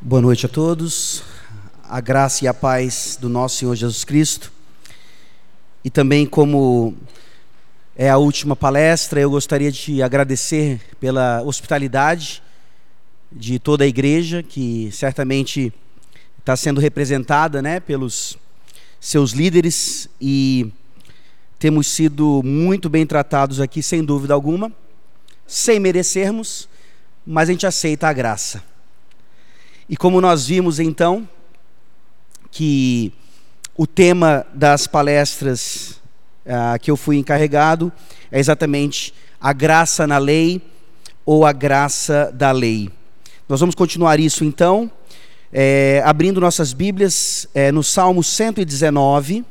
Boa noite a todos, a graça e a paz do nosso Senhor Jesus Cristo. E também, como é a última palestra, eu gostaria de agradecer pela hospitalidade de toda a igreja, que certamente está sendo representada, pelos seus líderes, e temos sido muito bem tratados aqui, sem dúvida alguma, sem merecermos, mas a gente aceita a graça. E como nós vimos então, que o tema das palestras que eu fui encarregado é exatamente a graça na lei ou a graça da lei. Nós vamos continuar isso então, abrindo nossas Bíblias no Salmo 119.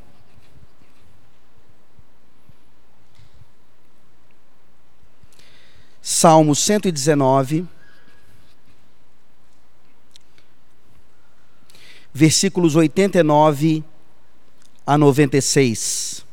Salmo 119. Versículos 89 a 96.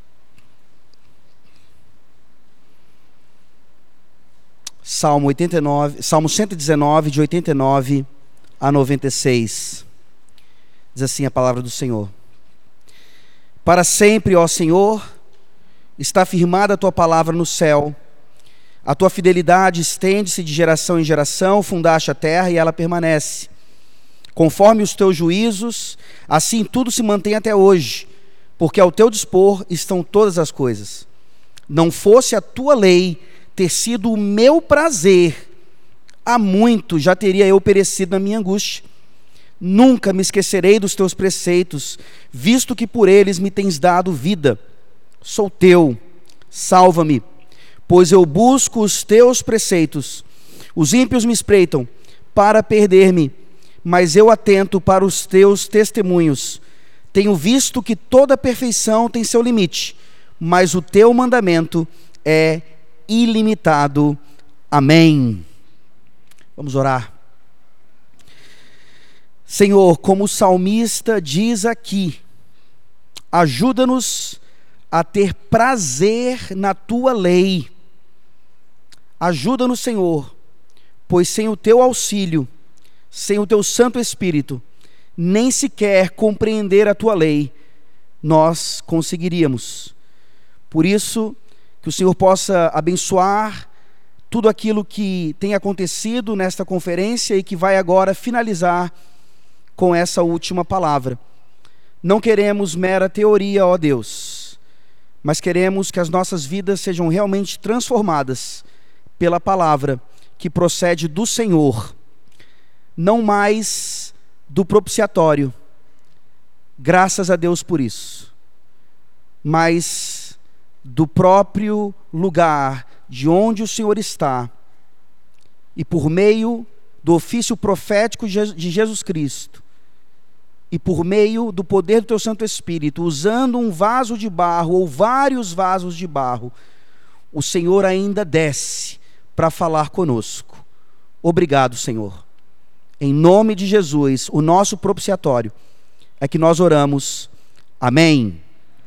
Salmo 119, de 89 a 96. Diz assim a palavra do Senhor: Para sempre, ó Senhor, está firmada a tua palavra no céu. A tua fidelidade estende-se de geração em geração, fundaste a terra e ela permanece. Conforme os teus juízos, assim tudo se mantém até hoje, porque ao teu dispor estão todas as coisas. Não fosse a tua lei ter sido o meu prazer, há muito já teria eu perecido na minha angústia. Nunca me esquecerei dos teus preceitos, visto que por eles me tens dado vida. Sou teu, salva-me, pois eu busco os teus preceitos. Os ímpios me espreitam para perder-me, mas eu atento para os teus testemunhos. Tenho visto que toda perfeição tem seu limite, mas o teu mandamento é ilimitado. Amém. Vamos orar. Senhor, como o salmista diz aqui, ajuda-nos a ter prazer na tua lei. Ajuda-nos, Senhor, pois sem o teu auxílio, sem o teu Santo Espírito, nem sequer compreender a tua lei, nós conseguiríamos. Por isso, que o Senhor possa abençoar tudo aquilo que tem acontecido nesta conferência e que vai agora finalizar com essa última palavra. Não queremos mera teoria, ó Deus, mas queremos que as nossas vidas sejam realmente transformadas pela palavra que procede do Senhor, não mais do propiciatório, graças a Deus por isso, mas do próprio lugar de onde o Senhor está, e por meio do ofício profético de Jesus Cristo, e por meio do poder do teu Santo Espírito, usando um vaso de barro ou vários vasos de barro, o Senhor ainda desce para falar conosco. Obrigado, Senhor. Em nome de Jesus, o nosso propiciatório, é que nós oramos. Amém.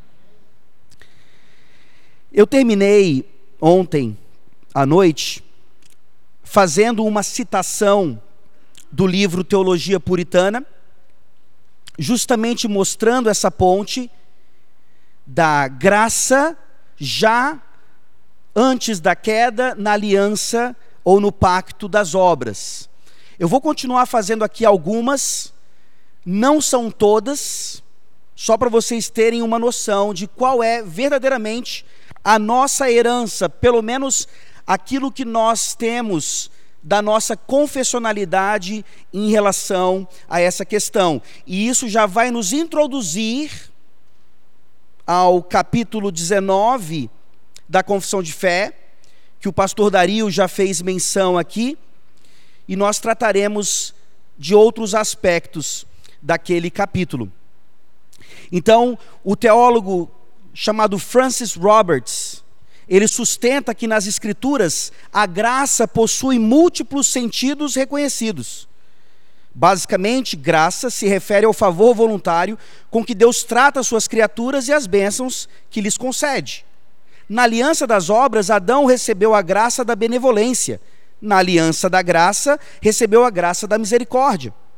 Eu terminei ontem à noite fazendo uma citação do livro Teologia Puritana, justamente mostrando essa ponte da graça já antes da queda na aliança ou no pacto das obras. Eu vou continuar fazendo aqui algumas, não são todas, só para vocês terem uma noção de qual é verdadeiramente a nossa herança, pelo menos aquilo que nós temos da nossa confessionalidade em relação a essa questão. E isso já vai nos introduzir ao capítulo 19 da Confissão de Fé, que o pastor Dario já fez menção aqui, e nós trataremos de outros aspectos daquele capítulo. Então, o teólogo chamado Francis Roberts, ele sustenta que nas Escrituras a graça possui múltiplos sentidos reconhecidos. Basicamente, graça se refere ao favor voluntário com que Deus trata as suas criaturas e as bênçãos que lhes concede. Na aliança das obras, Adão recebeu a graça da benevolência. Na aliança da graça, recebeu a graça da misericórdia.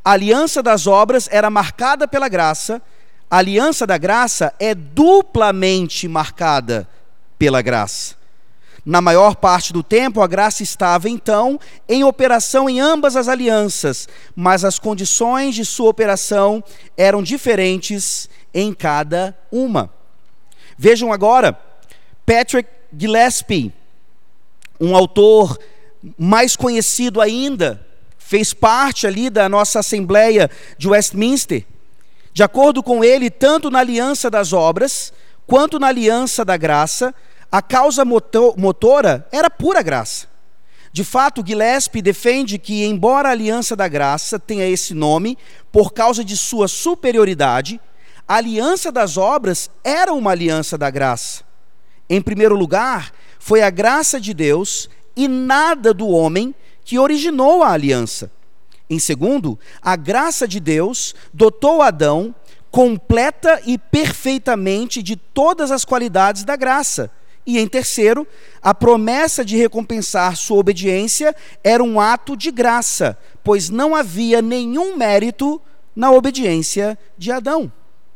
A aliança das obras era marcada pela graça, a aliança da graça é duplamente marcada pela graça. Na maior parte do tempo, a graça estava, então, em operação em ambas as alianças, mas as condições de sua operação eram diferentes em cada uma. Vejam agora, Patrick Gillespie, um autor mais conhecido ainda, fez parte ali da nossa Assembleia de Westminster. De acordo com ele, tanto na aliança das obras, quanto na aliança da graça, a causa motora era pura graça. De fato, Gillespie defende que, embora a aliança da graça tenha esse nome por causa de sua superioridade, a aliança das obras era uma aliança da graça. Em primeiro lugar, foi a graça de Deus e nada do homem que originou a aliança. Em segundo, a graça de Deus dotou Adão completa e perfeitamente de todas as qualidades da graça. E em terceiro, a promessa de recompensar sua obediência era um ato de graça, pois não havia nenhum mérito na obediência de Adão.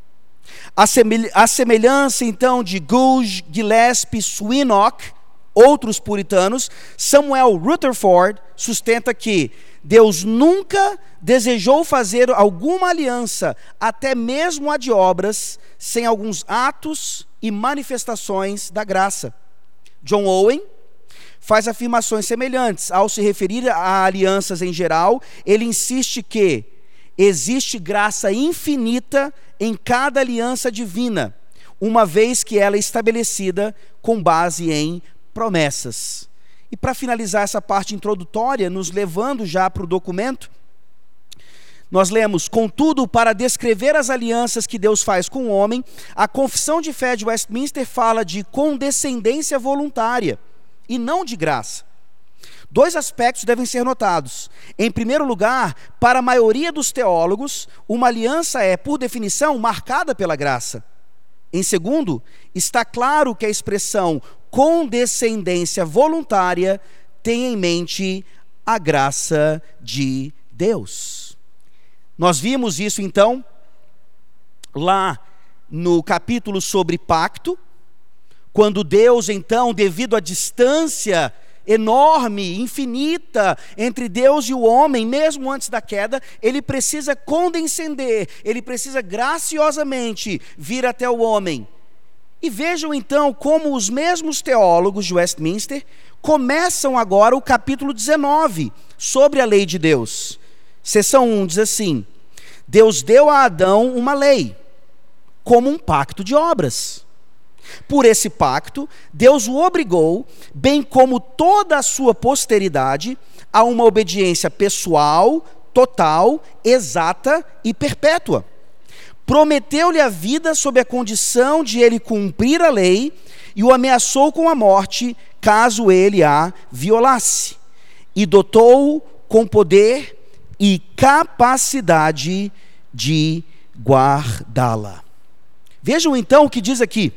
A semelhança, então, de Gouge, Gillespie, Swinnock, outros puritanos, Samuel Rutherford sustenta que Deus nunca desejou fazer alguma aliança, até mesmo a de obras, sem alguns atos e manifestações da graça. John Owen faz afirmações semelhantes. Ao se referir a alianças em geral, ele insiste que existe graça infinita em cada aliança divina, uma vez que ela é estabelecida com base em promessas. E para finalizar essa parte introdutória, nos levando já para o documento, nós lemos: contudo, para descrever as alianças que Deus faz com o homem, a Confissão de Fé de Westminster fala de condescendência voluntária e não de graça. Dois aspectos devem ser notados. Em primeiro lugar, para a maioria dos teólogos, uma aliança é, por definição, marcada pela graça. Em segundo, está claro que a expressão condescendência voluntária tem em mente a graça de Deus. Nós vimos isso então lá no capítulo sobre pacto, quando Deus então, devido à distância enorme, infinita entre Deus e o homem, mesmo antes da queda, ele precisa condescender, ele precisa graciosamente vir até o homem. E vejam então como os mesmos teólogos de Westminster começam agora o capítulo 19 sobre a lei de Deus. Seção 1 diz assim: Deus deu a Adão uma lei, como um pacto de obras. Por esse pacto, Deus o obrigou, bem como toda a sua posteridade, a uma obediência pessoal, total, exata e perpétua. Prometeu-lhe a vida sob a condição de ele cumprir a lei e o ameaçou com a morte, caso ele a violasse. E dotou-o com poder e capacidade de guardá-la. Vejam então o que diz aqui.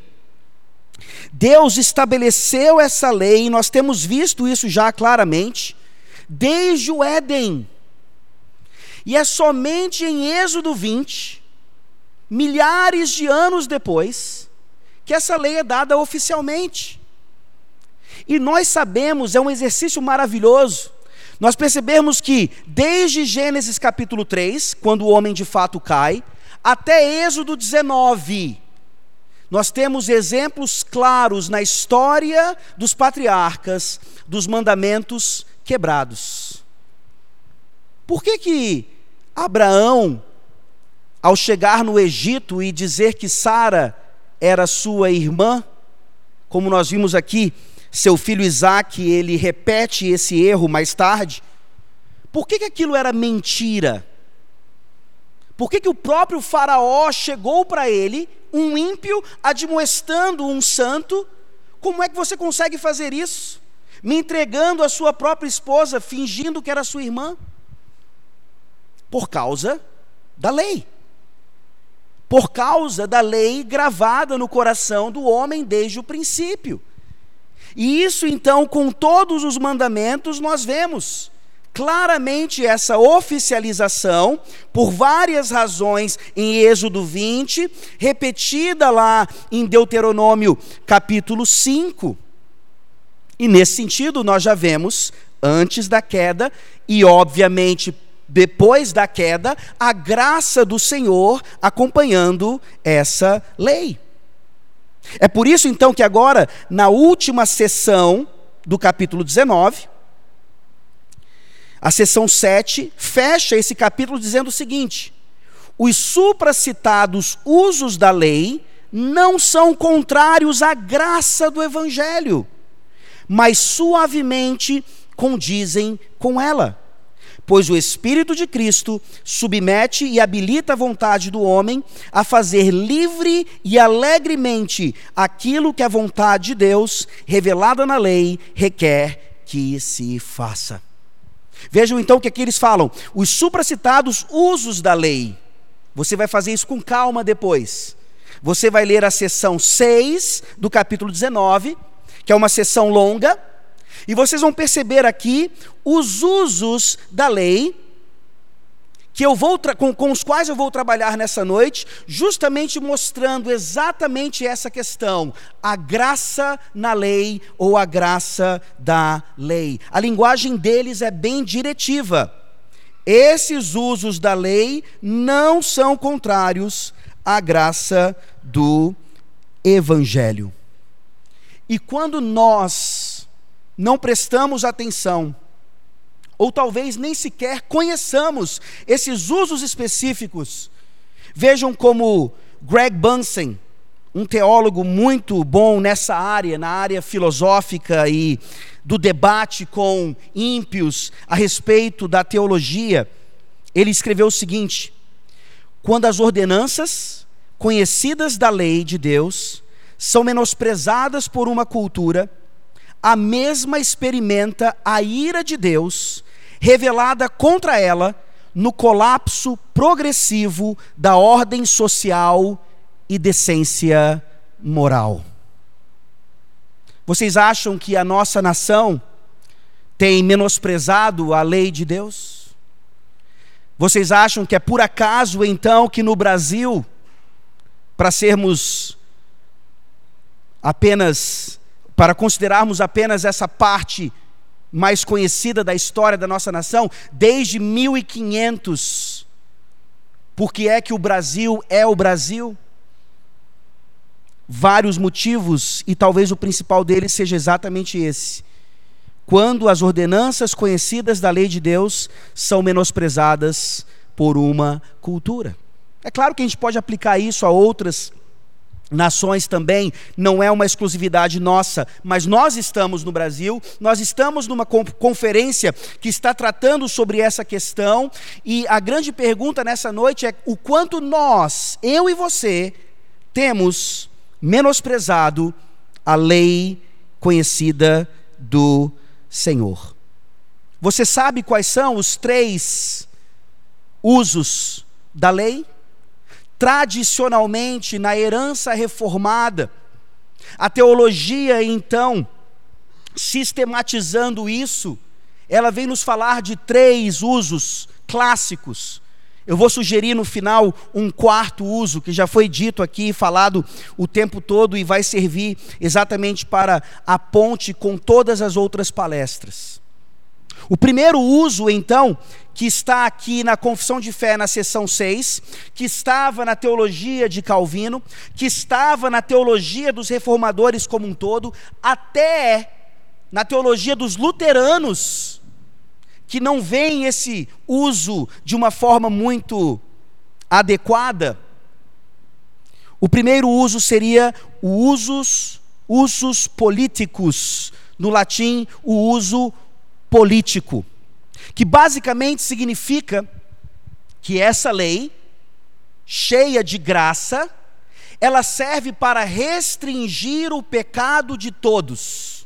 Deus estabeleceu essa lei, e nós temos visto isso já claramente, desde o Éden. E é somente em Êxodo 20, milhares de anos depois, que essa lei é dada oficialmente. E nós sabemos, é um exercício maravilhoso, nós percebemos que desde Gênesis capítulo 3, quando o homem de fato cai, até Êxodo 19, nós temos exemplos claros na história dos patriarcas, dos mandamentos quebrados. Por que Abraão, ao chegar no Egito e dizer que Sara era sua irmã, como nós vimos aqui, seu filho Isaque, ele repete esse erro mais tarde, por que aquilo era mentira? Por que o próprio faraó chegou para ele, um ímpio, admoestando um santo? Como é que você consegue fazer isso? Me entregando a sua própria esposa, fingindo que era sua irmã? Por causa da lei. Por causa da lei gravada no coração do homem desde o princípio. E isso então, com todos os mandamentos, nós vemos claramente essa oficialização, por várias razões, em Êxodo 20, repetida lá em Deuteronômio capítulo 5. E nesse sentido nós já vemos, antes da queda e obviamente depois da queda, a graça do Senhor acompanhando essa lei. É por isso então que agora, na última sessão do capítulo 19, a sessão 7 fecha esse capítulo dizendo o seguinte: os supracitados usos da lei não são contrários à graça do Evangelho, mas suavemente condizem com ela. Pois o Espírito de Cristo submete e habilita a vontade do homem a fazer livre e alegremente aquilo que a vontade de Deus, revelada na lei, requer que se faça. Vejam então o que aqui eles falam: os supracitados usos da lei. Você vai fazer isso com calma depois. Você vai ler a seção 6 do capítulo 19, que é uma seção longa, e vocês vão perceber aqui os usos da lei que com os quais eu vou trabalhar nessa noite, justamente mostrando exatamente essa questão: a graça na lei ou a graça da lei. A linguagem deles é bem diretiva. Esses usos da lei não são contrários à graça do Evangelho. E quando nós não prestamos atenção, ou talvez nem sequer conheçamos esses usos específicos, vejam como Greg Bunsen, um teólogo muito bom nessa área, na área filosófica e do debate com ímpios a respeito da teologia, ele escreveu o seguinte: quando as ordenanças conhecidas da lei de Deus são menosprezadas por uma cultura, a mesma experimenta a ira de Deus revelada contra ela no colapso progressivo da ordem social e decência moral. Vocês acham que a nossa nação tem menosprezado a lei de Deus? Vocês acham que é por acaso então que no Brasil, para considerarmos apenas essa parte mais conhecida da história da nossa nação, desde 1500, por que é que o Brasil é o Brasil? Vários motivos, e talvez o principal deles seja exatamente esse: quando as ordenanças conhecidas da lei de Deus são menosprezadas por uma cultura. É claro que a gente pode aplicar isso a outras nações também, não é uma exclusividade nossa, mas nós estamos no Brasil, nós estamos numa conferência que está tratando sobre essa questão, e a grande pergunta nessa noite é o quanto nós, eu e você, temos menosprezado a lei conhecida do Senhor. Você sabe quais são os 3 usos da lei? Tradicionalmente, na herança reformada, a teologia, então, sistematizando isso, ela vem nos falar de 3 usos clássicos. Eu vou sugerir no final um 4º uso, que já foi dito aqui e falado o tempo todo e vai servir exatamente para a ponte com todas as outras palestras. O primeiro uso, então, que está aqui na Confissão de Fé, na seção 6, que estava na teologia de Calvino, que estava na teologia dos reformadores como um todo, até na teologia dos luteranos, que não veem esse uso de uma forma muito adequada. O primeiro uso seria o usus políticos, no latim, o uso político, que basicamente significa que essa lei, cheia de graça, ela serve para restringir o pecado de todos,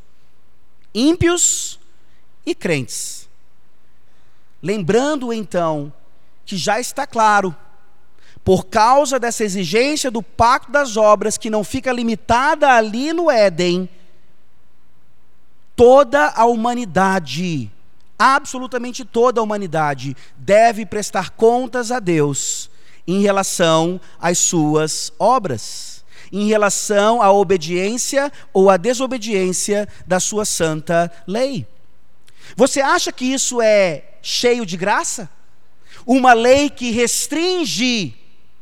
ímpios e crentes. Lembrando então que já está claro, por causa dessa exigência do pacto das obras, que não fica limitada ali no Éden, toda a humanidade absolutamente toda a humanidade deve prestar contas a Deus em relação às suas obras, em relação à obediência ou à desobediência da sua santa lei. Você acha que isso é cheio de graça? Uma lei que restringe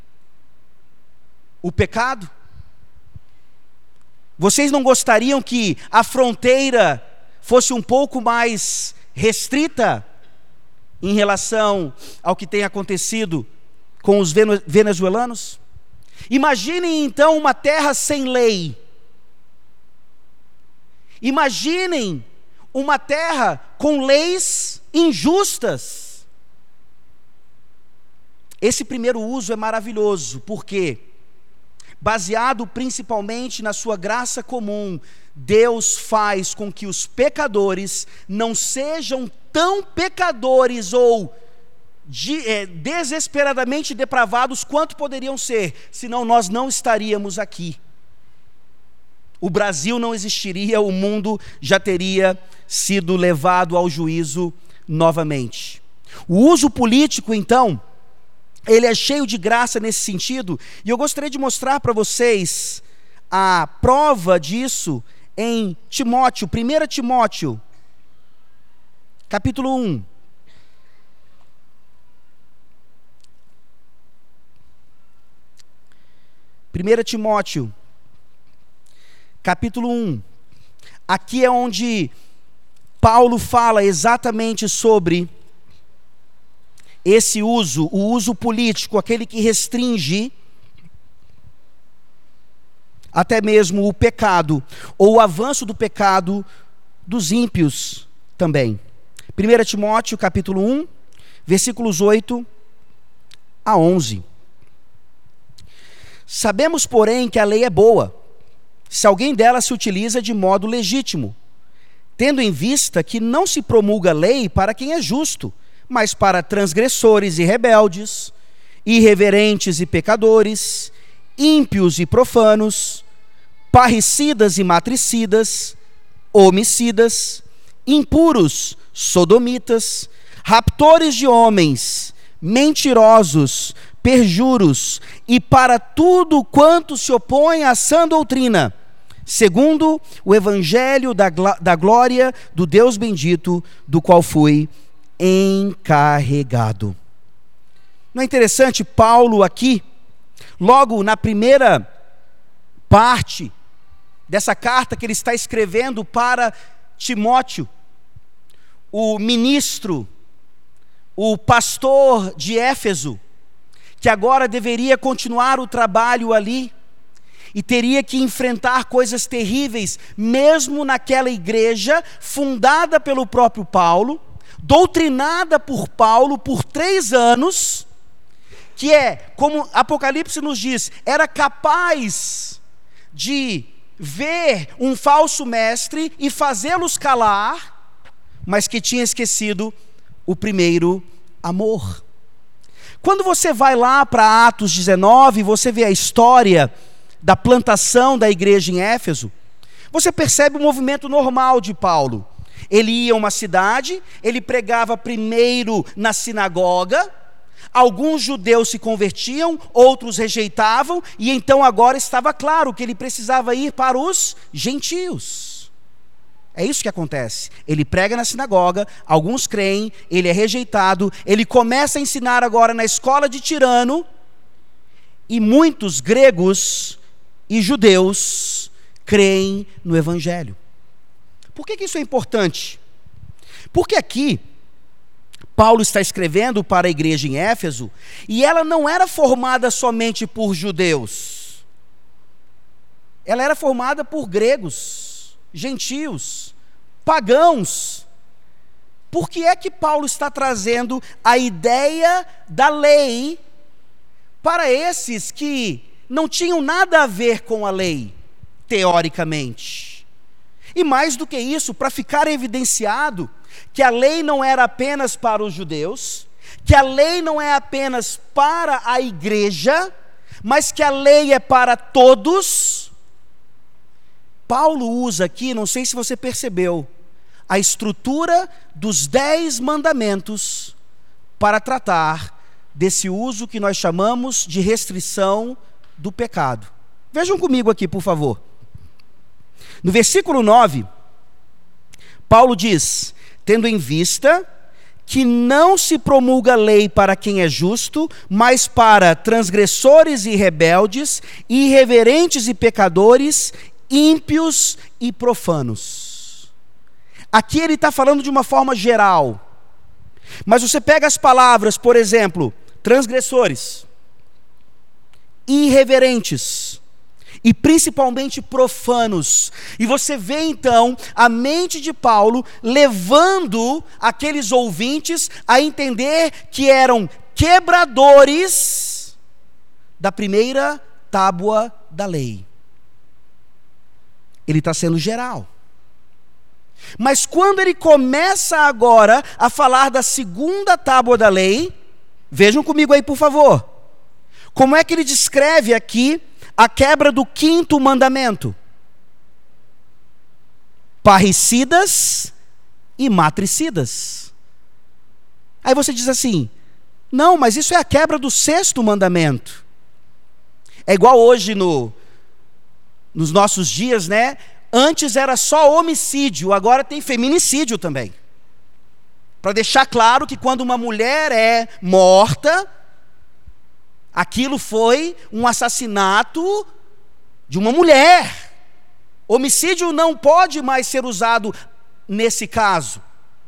o pecado? Vocês não gostariam que a fronteira fosse um pouco mais restrita em relação ao que tem acontecido com os venezuelanos? Imaginem então uma terra sem lei. Imaginem uma terra com leis injustas. Esse primeiro uso é maravilhoso, porque, baseado principalmente na sua graça comum, Deus faz com que os pecadores não sejam tão pecadores ou desesperadamente depravados quanto poderiam ser, senão nós não estaríamos aqui. O Brasil não existiria, o mundo já teria sido levado ao juízo novamente. O uso político, então, ele é cheio de graça nesse sentido, e eu gostaria de mostrar para vocês a prova disso em Timóteo, 1 Timóteo, capítulo 1. Timóteo, capítulo 1. Aqui é onde Paulo fala exatamente sobre esse uso, o uso político, aquele que restringe até mesmo o pecado, ou o avanço do pecado dos ímpios também. 1 Timóteo, capítulo 1, versículos 8 a 11. Sabemos, porém, que a lei é boa, se alguém dela se utiliza de modo legítimo, tendo em vista que não se promulga lei para quem é justo, mas para transgressores e rebeldes, irreverentes e pecadores, ímpios e profanos, parricidas e matricidas, homicidas, impuros, sodomitas, raptores de homens, mentirosos, perjuros, e para tudo quanto se opõe à sã doutrina, segundo o evangelho da glória do Deus bendito, do qual fui encarregado. Não é interessante Paulo aqui, logo na primeira parte dessa carta que ele está escrevendo para Timóteo, o ministro, o pastor de Éfeso, que agora deveria continuar o trabalho ali, e teria que enfrentar coisas terríveis, mesmo naquela igreja fundada pelo próprio Paulo, doutrinada por Paulo por 3 anos, que é, como Apocalipse nos diz, era capaz de ver um falso mestre e fazê-los calar, mas que tinha esquecido o primeiro amor. Quando você vai lá para Atos 19, você vê a história da plantação da igreja em Éfeso, você percebe o movimento normal de Paulo. Ele ia a uma cidade, ele pregava primeiro na sinagoga, alguns judeus se convertiam, outros rejeitavam, e então agora estava claro que ele precisava ir para os gentios. É isso que acontece. Ele prega na sinagoga, alguns creem, ele é rejeitado, ele começa a ensinar agora na escola de Tirano, e muitos gregos e judeus creem no evangelho. Por que isso é importante? Porque aqui Paulo está escrevendo para a igreja em Éfeso, e ela não era formada somente por judeus. Ela era formada por gregos, gentios, pagãos. Por que é que Paulo está trazendo a ideia da lei para esses que não tinham nada a ver com a lei, teoricamente? E mais do que isso, para ficar evidenciado que a lei não era apenas para os judeus, que a lei não é apenas para a igreja, mas que a lei é para todos. Paulo usa aqui, não sei se você percebeu, a estrutura dos 10 mandamentos para tratar desse uso que nós chamamos de restrição do pecado. Vejam comigo aqui, por favor. No versículo 9, Paulo diz: tendo em vista que não se promulga lei para quem é justo, mas para transgressores e rebeldes, irreverentes e pecadores, ímpios e profanos. Aqui ele está falando de uma forma geral. Mas você pega as palavras, por exemplo, transgressores, irreverentes e principalmente profanos, e você vê então a mente de Paulo levando aqueles ouvintes a entender que eram quebradores da primeira tábua da lei. Ele está sendo geral. Mas quando ele começa agora a falar da segunda tábua da lei, vejam comigo aí, por favor. Como é que ele descreve aqui a quebra do 5º mandamento? Parricidas e matricidas. Aí você diz assim: não, mas isso é a quebra do 6º mandamento. É igual hoje nos nossos dias, né? Antes era só homicídio, agora tem feminicídio também. Para deixar claro que quando uma mulher é morta, aquilo foi um assassinato de uma mulher. Homicídio não pode mais ser usado nesse caso.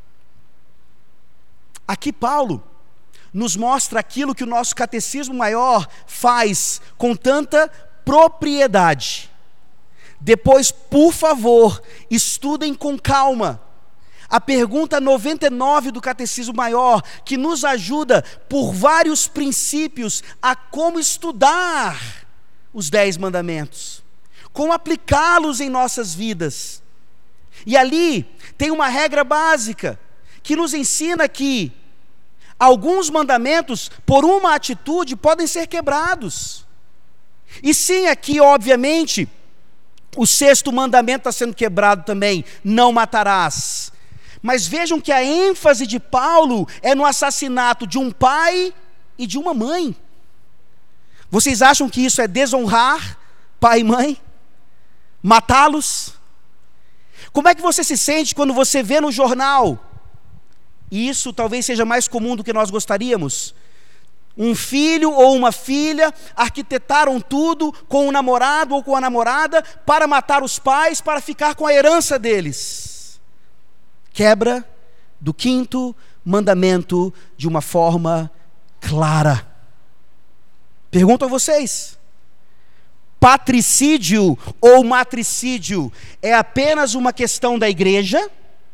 Aqui Paulo nos mostra aquilo que o nosso catecismo maior faz com tanta propriedade. Depois, por favor, estudem com calma a pergunta 99 do Catecismo Maior, que nos ajuda por vários princípios a como estudar os 10 mandamentos, como aplicá-los em nossas vidas. E ali tem uma regra básica que nos ensina que alguns mandamentos, por uma atitude, podem ser quebrados. E sim, aqui, obviamente, o 6º mandamento está sendo quebrado também: não matarás. Mas vejam que a ênfase de Paulo é no assassinato de um pai e de uma mãe. Vocês acham que isso é desonrar pai e mãe? Matá-los? Como é que você se sente quando você vê no jornal, e isso talvez seja mais comum do que nós gostaríamos, um filho ou uma filha arquitetaram tudo com o namorado ou com a namorada para matar os pais, para ficar com a herança deles? Quebra do 5º mandamento de uma forma clara. Pergunto a vocês: patricídio ou matricídio é apenas uma questão da igreja?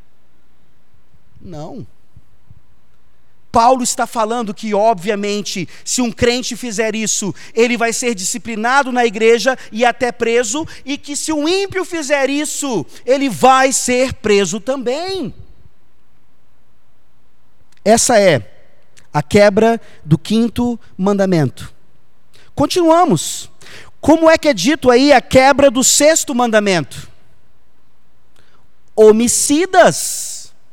Não. Paulo está falando que, obviamente, se um crente fizer isso, ele vai ser disciplinado na igreja e até preso, e que se um ímpio fizer isso, ele vai ser preso também. Essa é a quebra do 5º mandamento. Continuamos. Como é que é dito aí a quebra do 6º mandamento? Homicidas.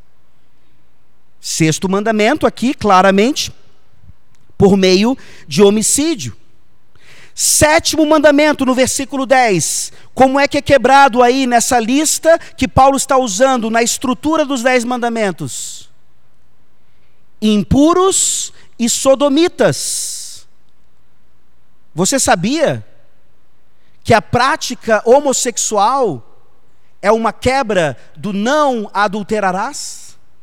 6º mandamento aqui, claramente, por meio de homicídio. 7º mandamento, no versículo 10. Como é que é quebrado aí nessa lista que Paulo está usando na estrutura dos 10 mandamentos? Impuros e sodomitas. Você sabia que a prática homossexual é uma quebra do não adulterarás?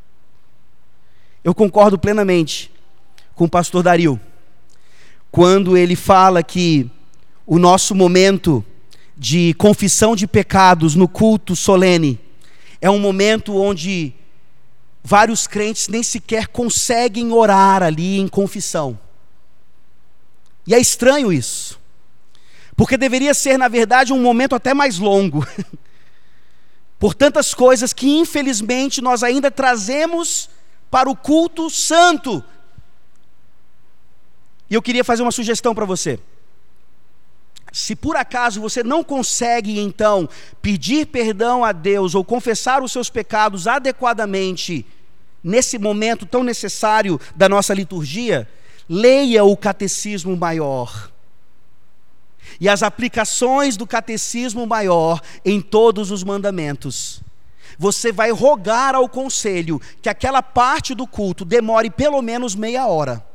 Eu concordo plenamente com o pastor Dario, quando ele fala que o nosso momento de confissão de pecados no culto solene é um momento onde vários crentes nem sequer conseguem orar ali em confissão. E é estranho isso, porque deveria ser, na verdade, um momento até mais longo, por tantas coisas que infelizmente nós ainda trazemos para o culto santo. E eu queria fazer uma sugestão para você. Se por acaso você não consegue, então, pedir perdão a Deus ou confessar os seus pecados adequadamente, nesse momento tão necessário da nossa liturgia, leia o Catecismo Maior e as aplicações do Catecismo Maior em todos os mandamentos. Você vai rogar ao conselho que aquela parte do culto demore pelo menos meia hora.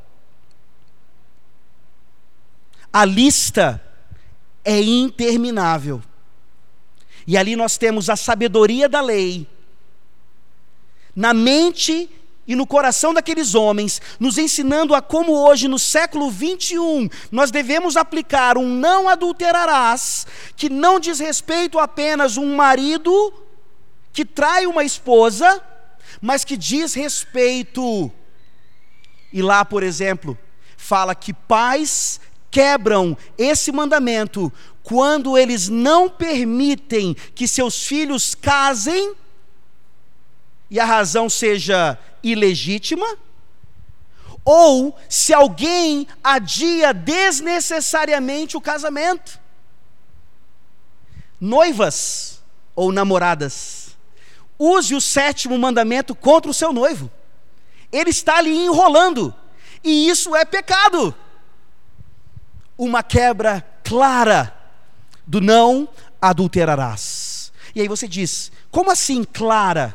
A lista é interminável. E ali nós temos a sabedoria da lei na mente e no coração daqueles homens, nos ensinando a como hoje, no século 21, nós devemos aplicar um não adulterarás, que não diz respeito apenas um marido que trai uma esposa, mas que diz respeito, e lá, por exemplo, fala que pais quebram esse mandamento quando eles não permitem que seus filhos casem, e a razão seja ilegítima, ou se alguém adia desnecessariamente o casamento. Noivas ou namoradas, use o 7º mandamento contra o seu noivo. Ele está ali enrolando, e isso é pecado. Uma quebra clara do não adulterarás. E aí você diz, como assim clara?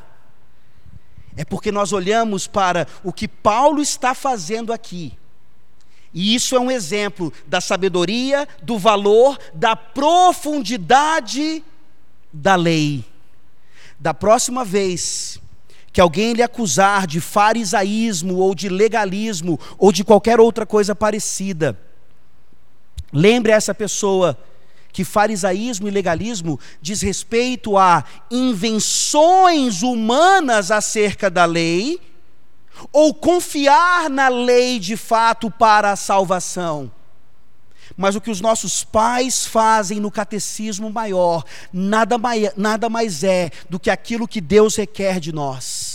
É porque nós olhamos para o que Paulo está fazendo aqui. E isso é um exemplo da sabedoria, do valor, da profundidade da lei. Da próxima vez que alguém lhe acusar de farisaísmo ou de legalismo ou de qualquer outra coisa parecida, lembre a essa pessoa que farisaísmo e legalismo diz respeito a invenções humanas acerca da lei, ou confiar na lei de fato para a salvação. Mas o que os nossos pais fazem no Catecismo Maior, nada mais é do que aquilo que Deus requer de nós.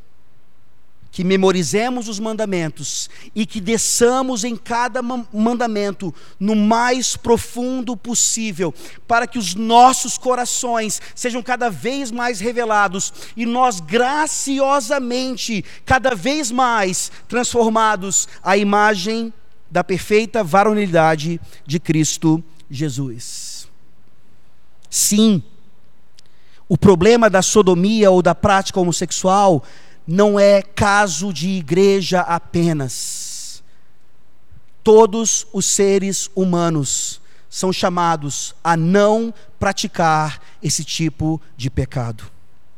Que memorizemos os mandamentos e que desçamos em cada mandamento no mais profundo possível, para que os nossos corações sejam cada vez mais revelados e nós graciosamente, cada vez mais transformados à imagem da perfeita varonilidade de Cristo Jesus. Sim, o problema da sodomia ou da prática homossexual não é caso de igreja apenas. Todos os seres humanos são chamados a não praticar esse tipo de pecado.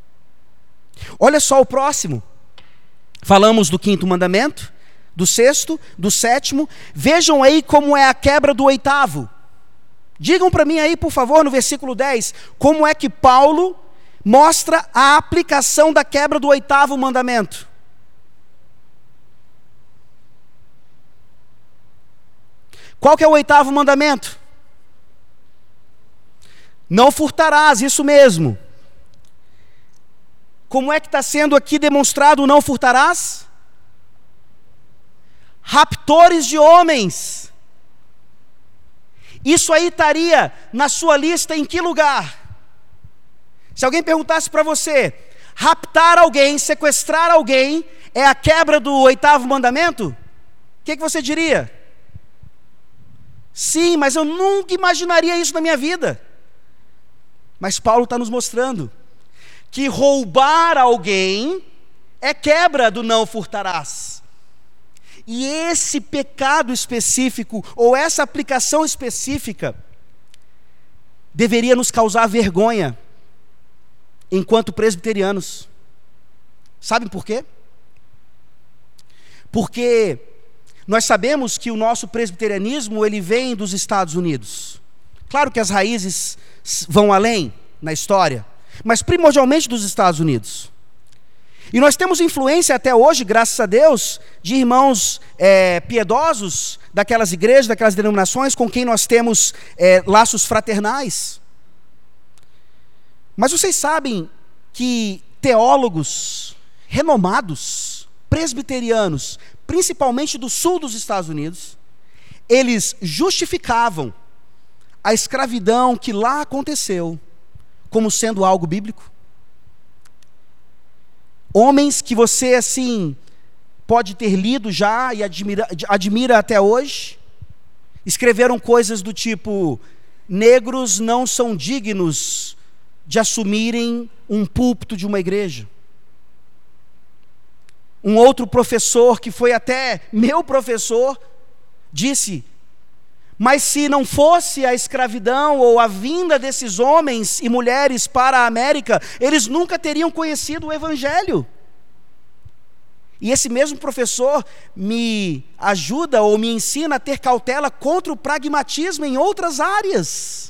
Olha só o próximo. Falamos do 5º mandamento, do 6º, do 7º. Vejam aí como é a quebra do 8º. Digam para mim aí, por favor, no versículo 10, como é que Paulo mostra a aplicação da quebra do 8º mandamento. Qual que é o 8º mandamento? Não furtarás, isso mesmo. Como é que está sendo aqui demonstrado o não furtarás? Raptores de homens. Isso aí estaria na sua lista em que lugar? Se alguém perguntasse para você, raptar alguém, sequestrar alguém, é a quebra do 8º mandamento? O que você diria? Sim, mas eu nunca imaginaria isso na minha vida. Mas Paulo está nos mostrando que roubar alguém é quebra do não furtarás. E esse pecado específico, ou essa aplicação específica, deveria nos causar vergonha enquanto presbiterianos. Sabem por quê? Porque nós sabemos que o nosso presbiterianismo, ele vem dos Estados Unidos. Claro que as raízes vão além na história, mas primordialmente dos Estados Unidos. E nós temos influência até hoje, graças a Deus, de irmãos piedosos daquelas igrejas, daquelas denominações com quem nós temos laços fraternais. Mas vocês sabem que teólogos renomados, presbiterianos, principalmente do sul dos Estados Unidos, eles justificavam a escravidão que lá aconteceu como sendo algo bíblico? Homens que você, assim, pode ter lido já e admira até hoje, escreveram coisas do tipo: negros não são dignos de assumirem um púlpito de uma igreja. Um outro professor, que foi até meu professor, disse: mas se não fosse a escravidão ou a vinda desses homens e mulheres para a América, eles nunca teriam conhecido o Evangelho. E esse mesmo professor me ajuda ou me ensina a ter cautela contra o pragmatismo em outras áreas.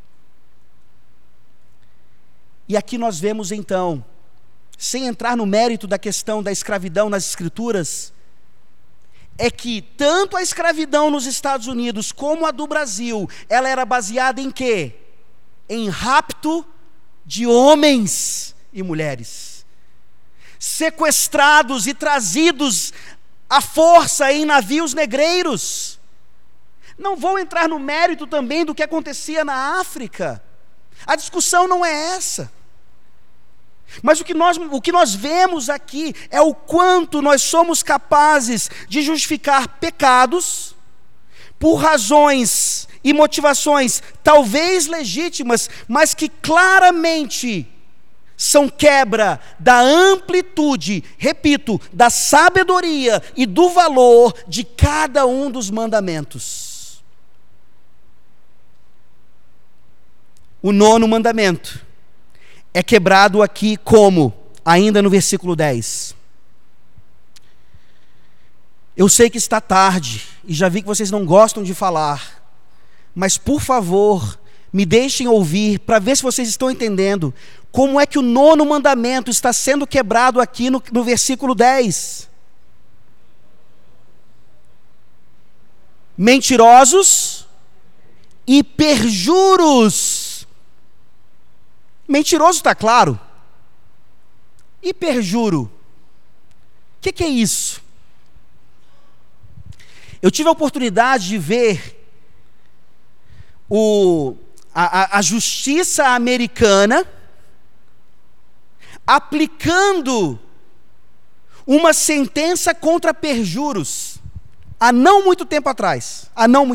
E aqui nós vemos então, sem entrar no mérito da questão da escravidão nas Escrituras, é que tanto a escravidão nos Estados Unidos como a do Brasil, ela era baseada em quê? Em rapto de homens e mulheres, sequestrados e trazidos à força em navios negreiros. Não vou entrar no mérito também do que acontecia na África, a discussão não é essa. Mas o que nós vemos aqui é o quanto nós somos capazes de justificar pecados por razões e motivações talvez legítimas, mas que claramente são quebra da amplitude, repito, da sabedoria e do valor de cada um dos mandamentos. O 9º mandamento é quebrado aqui como? Ainda no versículo 10. Eu sei que está tarde, e já vi que vocês não gostam de falar, mas por favor, me deixem ouvir, para ver se vocês estão entendendo, como é que o 9º mandamento está sendo quebrado aqui no versículo 10. Mentirosos e perjuros. Mentiroso está claro. E perjuro? O que é isso? Eu tive a oportunidade de ver a justiça americana aplicando uma sentença contra perjuros há não muito tempo atrás.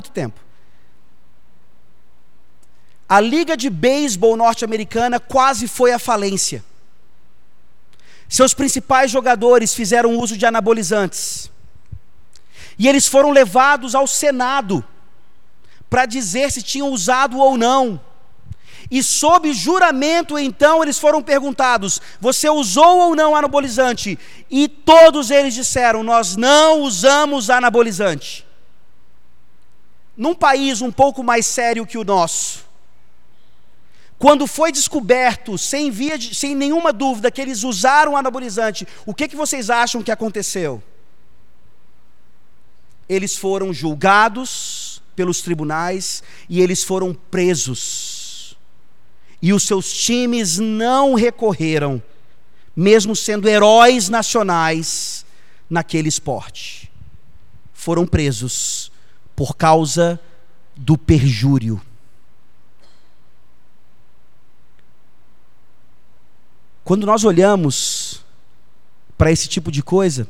A Liga de Beisebol norte-americana quase foi à falência. Seus principais jogadores fizeram uso de anabolizantes. E eles foram levados ao Senado para dizer se tinham usado ou não. E sob juramento, então, eles foram perguntados: você usou ou não anabolizante? E todos eles disseram: nós não usamos anabolizante. Num país um pouco mais sério que o nosso, quando foi descoberto, sem nenhuma dúvida, que eles usaram anabolizante, o que vocês acham que aconteceu? Eles foram julgados pelos tribunais e eles foram presos. E os seus times não recorreram, mesmo sendo heróis nacionais naquele esporte. Foram presos por causa do perjúrio. Quando nós olhamos para esse tipo de coisa,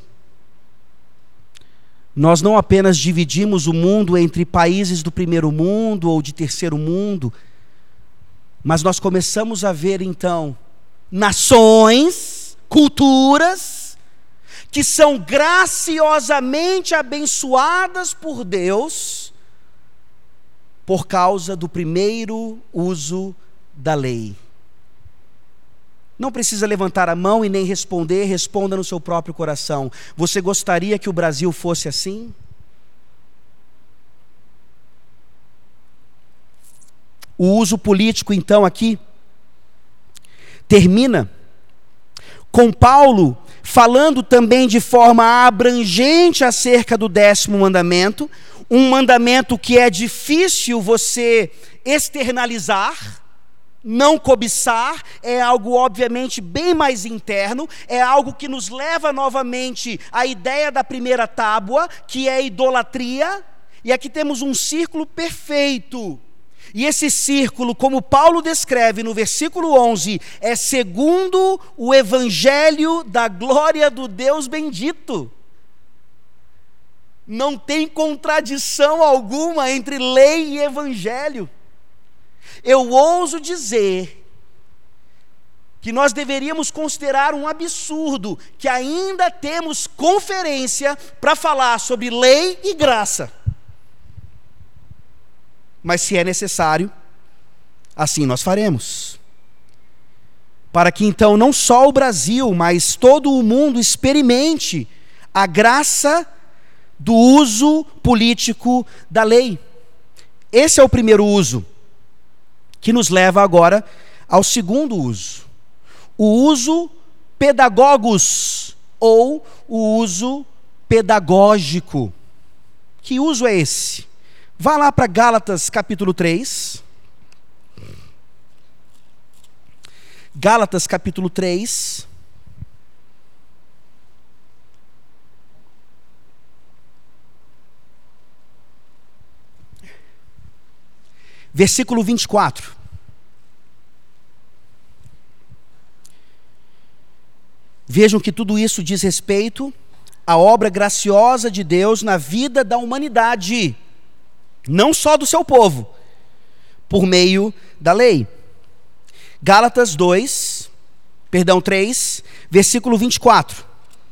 nós não apenas dividimos o mundo entre países do primeiro mundo ou de terceiro mundo, mas nós começamos a ver então nações, culturas, que são graciosamente abençoadas por Deus por causa do primeiro uso da lei. Não precisa levantar a mão e nem responder, responda no seu próprio coração. Você gostaria que o Brasil fosse assim? O uso político, então, aqui termina com Paulo falando também de forma abrangente acerca do 10º mandamento, um mandamento que é difícil você externalizar. Não cobiçar é algo obviamente bem mais interno, é algo que nos leva novamente à ideia da primeira tábua, que é a idolatria, e aqui temos um círculo perfeito E esse círculo, como Paulo descreve no versículo 11, é segundo o evangelho da glória do Deus bendito. Não tem contradição alguma entre lei e evangelho. Eu ouso dizer que nós deveríamos considerar um absurdo que ainda temos conferência para falar sobre lei e graça. Mas se é necessário, assim nós faremos. Para que então não só o Brasil, mas todo o mundo experimente a graça do uso político da lei. Esse é o primeiro uso, que nos leva agora ao segundo uso. O uso pedagogos, ou o uso pedagógico. Que uso é esse? Vá lá para Gálatas capítulo 3. Gálatas capítulo 3. Versículo 24. Vejam que tudo isso diz respeito à obra graciosa de Deus na vida da humanidade, não só do seu povo, por meio da lei. Gálatas 3, versículo 24.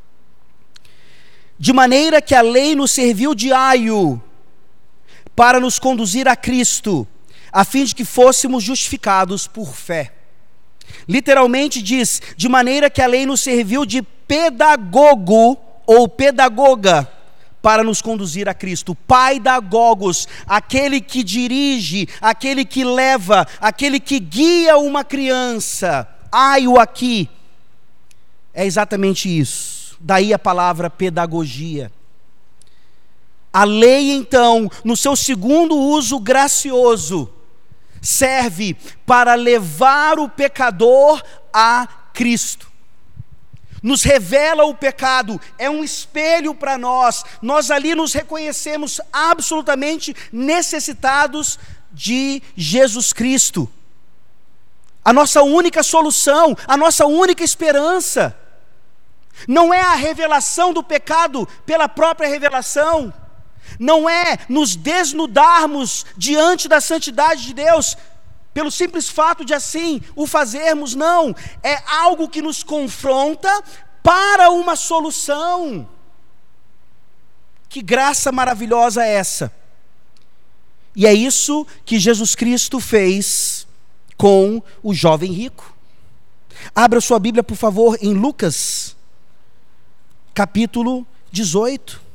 De maneira que a lei nos serviu de aio para nos conduzir a Cristo, a fim de que fôssemos justificados por fé. Literalmente diz, de maneira que a lei nos serviu de pedagogo ou pedagoga para nos conduzir a Cristo. Paidagogos, aquele que dirige, aquele que leva, aquele que guia uma criança. Aio aqui é exatamente isso. Daí a palavra pedagogia. A lei, então, no seu segundo uso gracioso, serve para levar o pecador a Cristo. Nos revela o pecado, é um espelho para nós. Nós ali nos reconhecemos absolutamente necessitados de Jesus Cristo. A nossa única solução, a nossa única esperança, não é a revelação do pecado pela própria revelação, não é nos desnudarmos diante da santidade de Deus, pelo simples fato de assim o fazermos, não. É algo que nos confronta para uma solução. Que graça maravilhosa é essa? E é isso que Jesus Cristo fez com o jovem rico. Abra sua Bíblia, por favor, em Lucas, capítulo 18.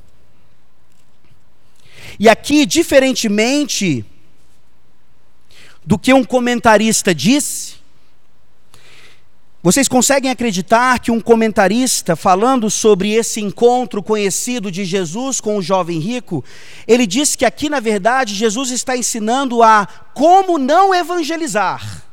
E aqui, diferentemente do que um comentarista disse, vocês conseguem acreditar que um comentarista, falando sobre esse encontro conhecido de Jesus com o jovem rico, ele disse que aqui, na verdade, Jesus está ensinando a como não evangelizar.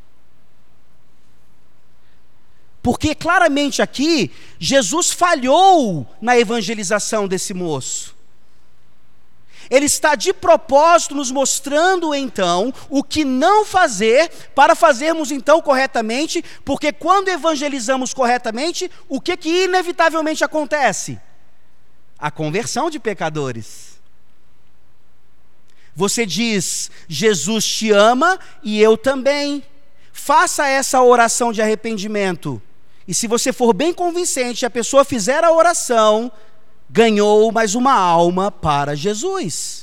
Porque claramente aqui, Jesus falhou na evangelização desse moço. Ele está de propósito nos mostrando então o que não fazer para fazermos então corretamente, porque quando evangelizamos corretamente, o que inevitavelmente acontece? A conversão de pecadores. Você diz, Jesus te ama e eu também. Faça essa oração de arrependimento. E se você for bem convincente, a pessoa fizer a oração, ganhou mais uma alma para Jesus.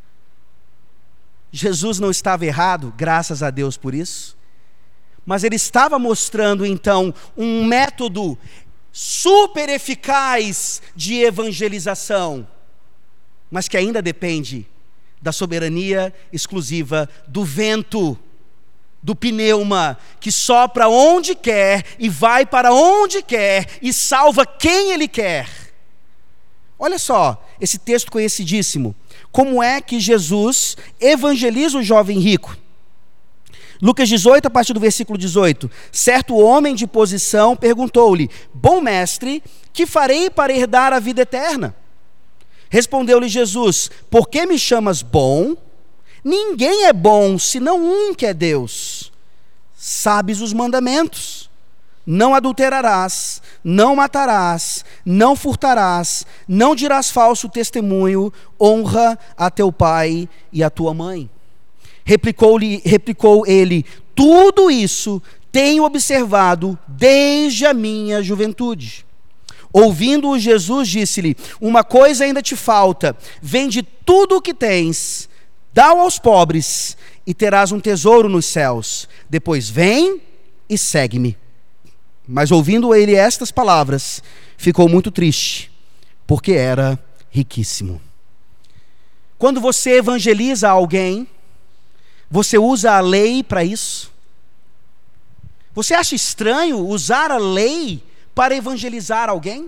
Jesus não estava errado, graças a Deus por isso, mas ele estava mostrando então um método super eficaz de evangelização, mas que ainda depende da soberania exclusiva do vento, do pneuma, que sopra onde quer e vai para onde quer e salva quem ele quer. Olha só, esse texto conhecidíssimo. Como é que Jesus evangeliza o jovem rico? Lucas 18, a partir do versículo 18. Certo homem de posição perguntou-lhe: bom mestre, que farei para herdar a vida eterna? Respondeu-lhe Jesus: por que me chamas bom? Ninguém é bom, senão um que é Deus. Sabes os mandamentos: não adulterarás, não matarás, não furtarás, não dirás falso testemunho, honra a teu pai e a tua mãe. Replicou ele: tudo isso tenho observado desde a minha juventude. Ouvindo-o, Jesus disse-lhe: uma coisa ainda te falta, vende tudo o que tens, dá-o aos pobres, e terás um tesouro nos céus. Depois vem e segue-me. Mas ouvindo ele estas palavras, ficou muito triste, porque era riquíssimo. Quando você evangeliza alguém, você usa a lei para isso? Você acha estranho usar a lei para evangelizar alguém?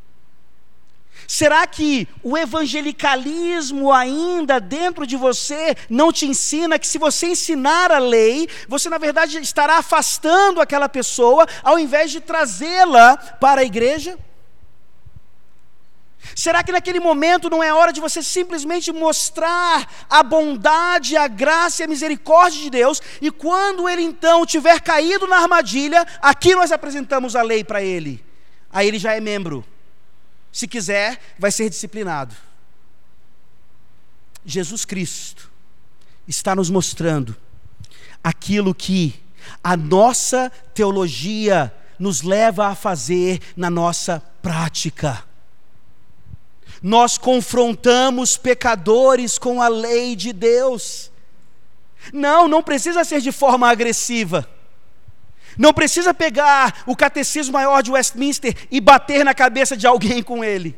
Será que o evangelicalismo ainda dentro de você não te ensina que se você ensinar a lei, você na verdade estará afastando aquela pessoa ao invés de trazê-la para a igreja? Será que naquele momento não é hora de você simplesmente mostrar a bondade, a graça e a misericórdia de Deus, e quando ele então tiver caído na armadilha, aqui nós apresentamos a lei para ele. Aí ele já é membro. Se quiser, vai ser disciplinado. Jesus Cristo está nos mostrando aquilo que a nossa teologia nos leva a fazer na nossa prática. Nós confrontamos pecadores com a lei de Deus. Não precisa ser de forma agressiva. Não precisa pegar o catecismo maior de Westminster e bater na cabeça de alguém com ele.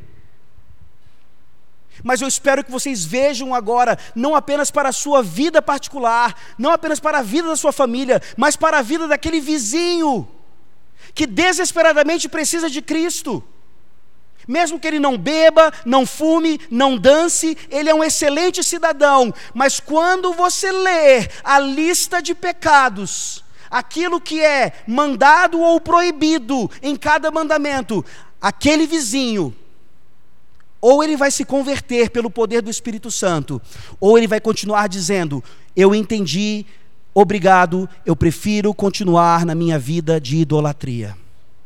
Mas eu espero que vocês vejam agora, não apenas para a sua vida particular, não apenas para a vida da sua família, mas para a vida daquele vizinho que desesperadamente precisa de Cristo. Mesmo que ele não beba, não fume, não dance, ele é um excelente cidadão. Mas quando você ler a lista de pecados, aquilo que é mandado ou proibido em cada mandamento, aquele vizinho, ou ele vai se converter pelo poder do Espírito Santo, ou ele vai continuar dizendo: eu entendi, obrigado, eu prefiro continuar na minha vida de idolatria.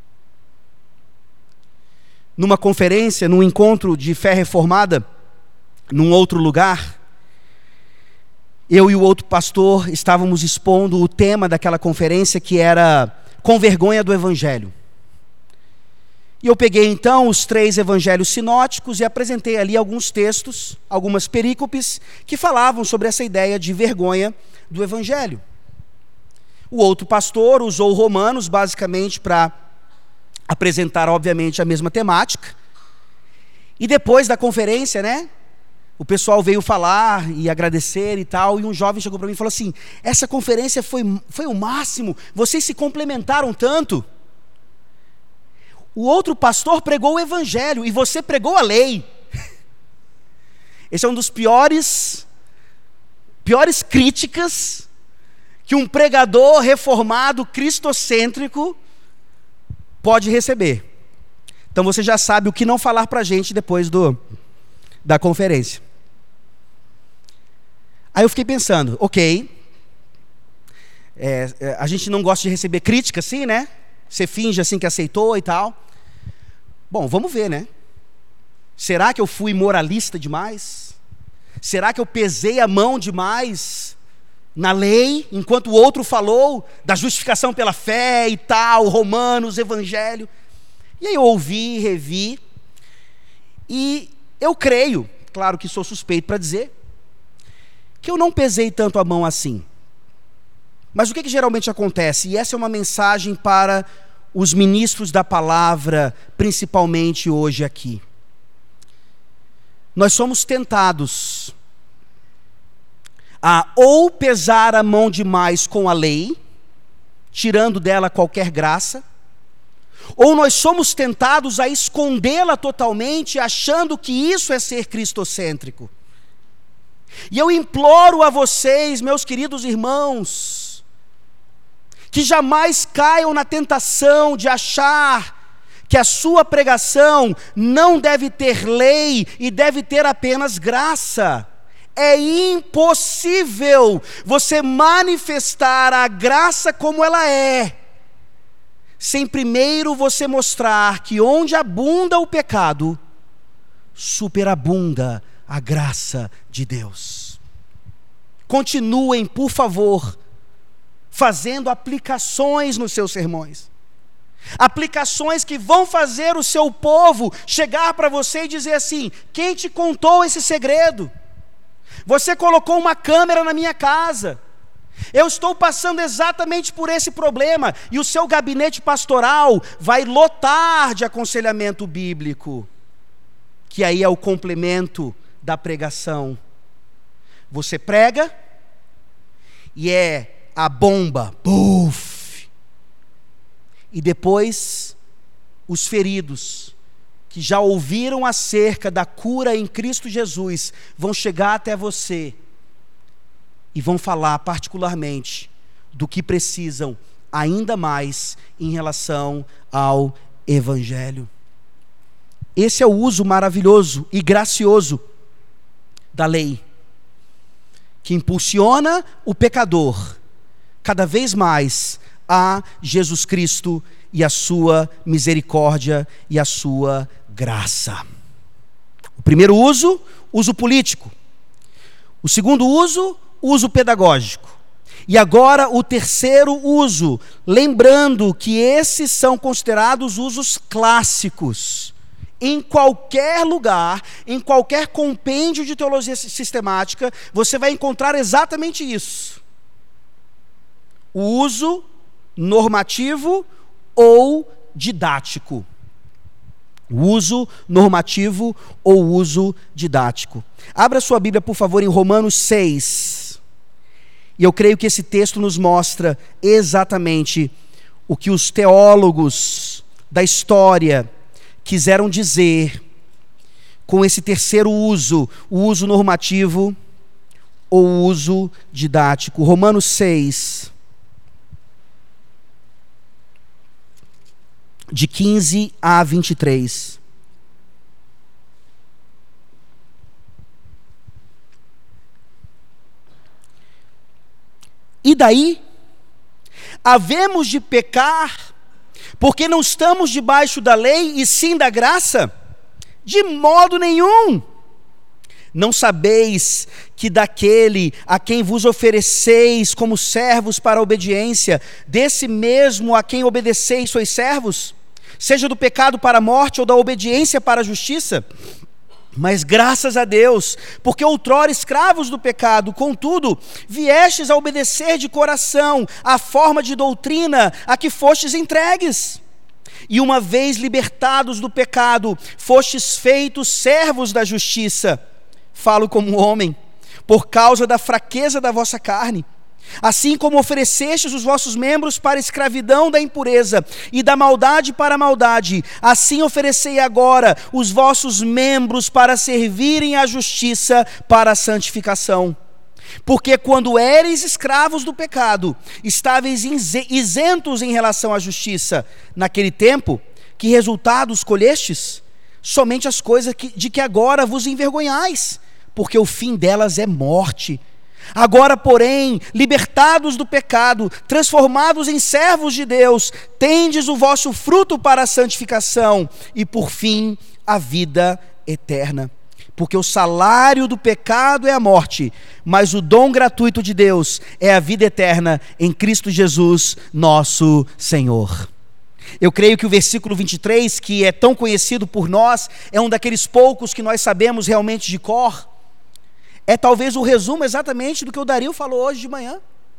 Numa conferência, num encontro de fé reformada, num outro lugar, eu e o outro pastor estávamos expondo o tema daquela conferência, que era com vergonha do Evangelho. E eu peguei então os 3 evangelhos sinóticos e apresentei ali alguns textos, algumas perícopes, que falavam sobre essa ideia de vergonha do Evangelho. O outro pastor usou Romanos basicamente para apresentar, obviamente, a mesma temática. E depois da conferência, o pessoal veio falar e agradecer e tal, e um jovem chegou para mim e falou assim: essa conferência foi o máximo, vocês se complementaram tanto. O outro pastor pregou o Evangelho e você pregou a lei. Esse é um dos piores críticas que um pregador reformado, cristocêntrico, pode receber. Então você já sabe o que não falar para a gente depois da conferência. Aí eu fiquei pensando, a gente não gosta de receber crítica assim, Você finge assim que aceitou e tal. Bom, vamos ver, Será que eu fui moralista demais? Será que eu pesei a mão demais na lei, enquanto o outro falou da justificação pela fé e tal, Romanos, Evangelho? E aí eu ouvi, revi, e eu creio, claro que sou suspeito para dizer, que eu não pesei tanto a mão assim. Mas o que geralmente acontece? E essa é uma mensagem para os ministros da palavra, principalmente hoje aqui. Nós somos tentados a ou pesar a mão demais com a lei, tirando dela qualquer graça, ou nós somos tentados a escondê-la totalmente, achando que isso é ser cristocêntrico. E eu imploro a vocês, meus queridos irmãos, que jamais caiam na tentação de achar que a sua pregação não deve ter lei e deve ter apenas graça. É impossível você manifestar a graça como ela é, sem primeiro você mostrar que onde abunda o pecado, superabunda a graça de Deus. Continuem, por favor, fazendo aplicações nos seus sermões. Aplicações que vão fazer o seu povo chegar para você e dizer assim: quem te contou esse segredo? Você colocou uma câmera na minha casa. Eu estou passando exatamente por esse problema. E o seu gabinete pastoral vai lotar de aconselhamento bíblico, que aí é o complemento da pregação. Você prega e é a bomba, puf! E depois os feridos, que já ouviram acerca da cura em Cristo Jesus, vão chegar até você e vão falar particularmente do que precisam ainda mais em relação ao Evangelho. Esse é o uso maravilhoso e gracioso da lei, que impulsiona o pecador cada vez mais a Jesus Cristo e a sua misericórdia e a sua graça. O primeiro uso, uso político. O segundo uso, uso pedagógico. E agora o terceiro uso, lembrando que esses são considerados usos clássicos. Em qualquer lugar, em qualquer compêndio de teologia sistemática, você vai encontrar exatamente isso. O uso normativo ou didático. O uso normativo ou uso didático. Abra sua Bíblia, por favor, em Romanos 6. E eu creio que esse texto nos mostra exatamente o que os teólogos da história quiseram dizer com esse terceiro uso, o uso normativo ou o uso didático. Romanos 6, de 15 a 23. E daí? Havemos de pecar porque não estamos debaixo da lei e sim da graça? De modo nenhum. Não sabeis que daquele a quem vos ofereceis como servos para a obediência, desse mesmo a quem obedeceis sois servos? Seja do pecado para a morte ou da obediência para a justiça? Mas graças a Deus, porque outrora escravos do pecado, contudo, viestes a obedecer de coração a forma de doutrina a que fostes entregues. E uma vez libertados do pecado, fostes feitos servos da justiça. Falo como homem, por causa da fraqueza da vossa carne. Assim como oferecestes os vossos membros para a escravidão da impureza e da maldade para a maldade, assim oferecei agora os vossos membros para servirem à justiça para a santificação. Porque quando éreis escravos do pecado, estáveis isentos em relação à justiça. Naquele tempo, que resultados colhestes? Somente as coisas de que agora vos envergonhais, porque o fim delas é morte. Agora, porém, libertados do pecado, transformados em servos de Deus, tendes o vosso fruto para a santificação e, por fim, a vida eterna. Porque o salário do pecado é a morte, mas o dom gratuito de Deus é a vida eterna em Cristo Jesus, nosso Senhor. Eu creio que o versículo 23, que é tão conhecido por nós, é um daqueles poucos que nós sabemos realmente de cor. É talvez o resumo exatamente do que o Dario falou hoje de manhã.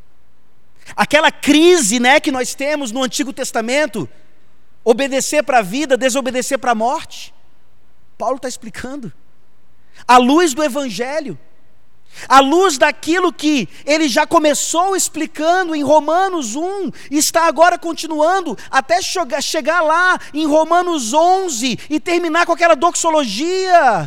Aquela crise, que nós temos no Antigo Testamento, obedecer para a vida, desobedecer para a morte. Paulo está explicando. À luz do Evangelho, à luz daquilo que ele já começou explicando em Romanos 1, e está agora continuando, até chegar lá em Romanos 11 e terminar com aquela doxologia.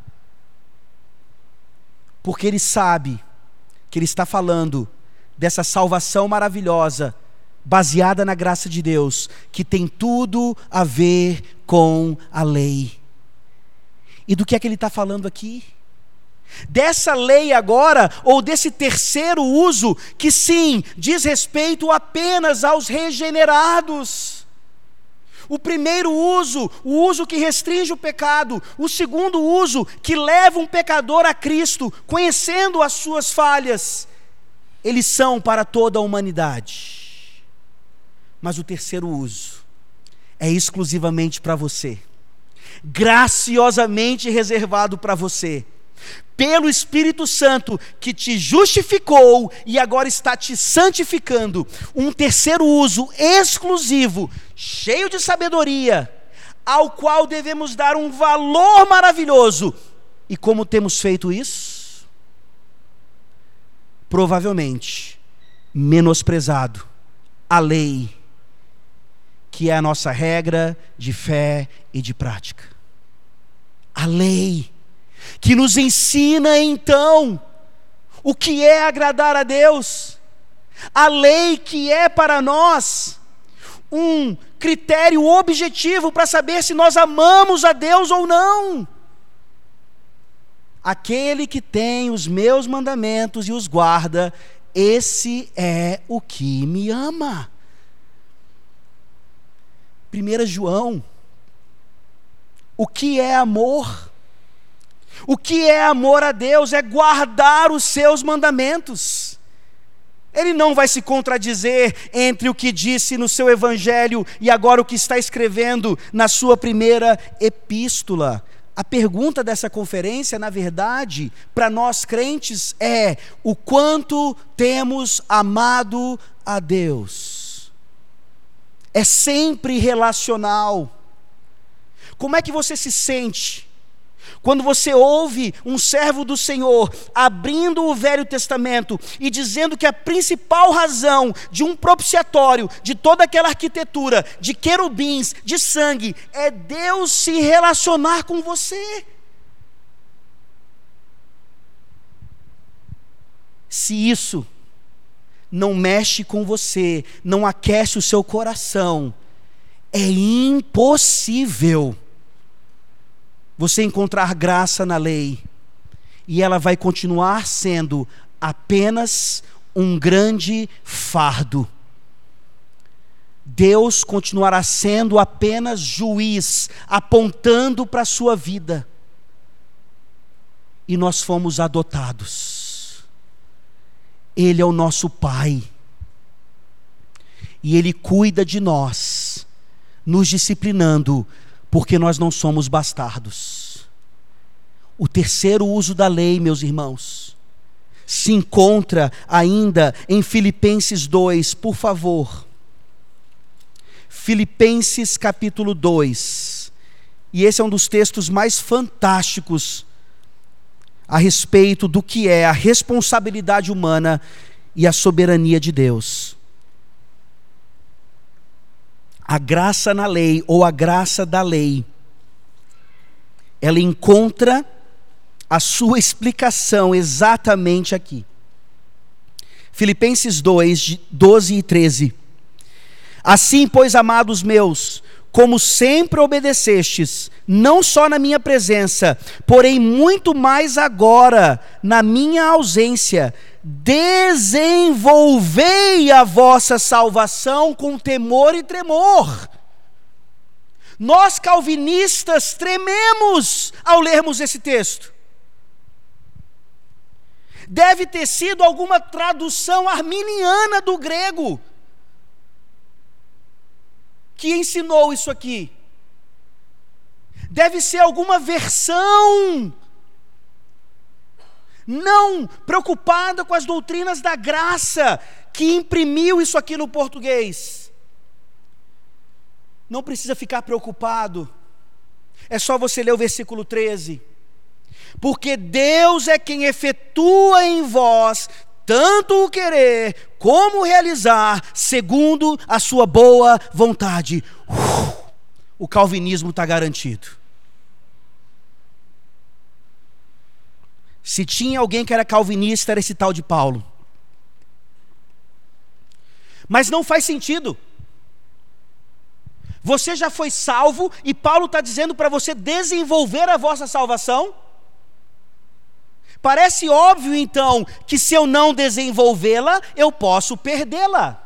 Porque ele sabe que ele está falando dessa salvação maravilhosa, baseada na graça de Deus, que tem tudo a ver com a lei. E do que é que ele está falando aqui? dessa lei agora, ou desse terceiro uso, que sim, diz respeito apenas aos regenerados. O primeiro uso, o uso que restringe o pecado. O segundo uso, que leva um pecador a Cristo, conhecendo as suas falhas. Eles são para toda a humanidade. Mas o terceiro uso é exclusivamente para você, graciosamente reservado para você, pelo Espírito Santo que te justificou e agora está te santificando. Um terceiro uso exclusivo, cheio de sabedoria, ao qual devemos dar um valor maravilhoso. E como temos feito isso? Provavelmente menosprezado a lei, que é a nossa regra de fé e de prática. A lei que nos ensina então o que é agradar a Deus. A lei que é para nós um critério objetivo para saber se nós amamos a Deus ou não. Aquele que tem os meus mandamentos e os guarda, esse é o que me ama. 1 João, o que é amor? O que é amor a Deus? É guardar os seus mandamentos. Ele não vai se contradizer entre o que disse no seu evangelho e agora o que está escrevendo na sua primeira epístola. A pergunta dessa conferência, na verdade, para nós crentes é: o quanto temos amado a Deus? É sempre relacional. Como é que você se sente quando você ouve um servo do Senhor abrindo o Velho Testamento e dizendo que a principal razão de um propiciatório, de toda aquela arquitetura, de querubins, de sangue, é Deus se relacionar com você? Se isso não mexe com você, não aquece o seu coração, é impossível você encontrar graça na lei, e ela vai continuar sendo apenas um grande fardo. Deus continuará sendo apenas juiz, apontando para a sua vida. E nós fomos adotados. Ele é o nosso Pai. E Ele cuida de nós, nos disciplinando, porque nós não somos bastardos. O terceiro uso da lei, meus irmãos, se encontra ainda em Filipenses 2, por favor. Filipenses capítulo 2. E esse é um dos textos mais fantásticos a respeito do que é a responsabilidade humana e a soberania de Deus. A graça na lei, ou a graça da lei, ela encontra a sua explicação exatamente aqui. Filipenses 2, 12 e 13. Assim, pois, amados meus, como sempre obedecestes, não só na minha presença, porém muito mais agora, na minha ausência, desenvolvei a vossa salvação com temor e tremor. Nós calvinistas trememos ao lermos esse texto. Deve ter sido alguma tradução arminiana do grego que ensinou isso aqui. Deve ser alguma versão não preocupada com as doutrinas da graça que imprimiu isso aqui no português. Não precisa ficar preocupado. É só você ler o versículo 13. Porque Deus é quem efetua em vós tanto o querer como o realizar, segundo a sua boa vontade. O calvinismo está garantido. Se tinha alguém que era calvinista, era esse tal de Paulo. Mas não faz sentido. Você já foi salvo e Paulo está dizendo para você desenvolver a vossa salvação? Parece óbvio, então, que se eu não desenvolvê-la, eu posso perdê-la.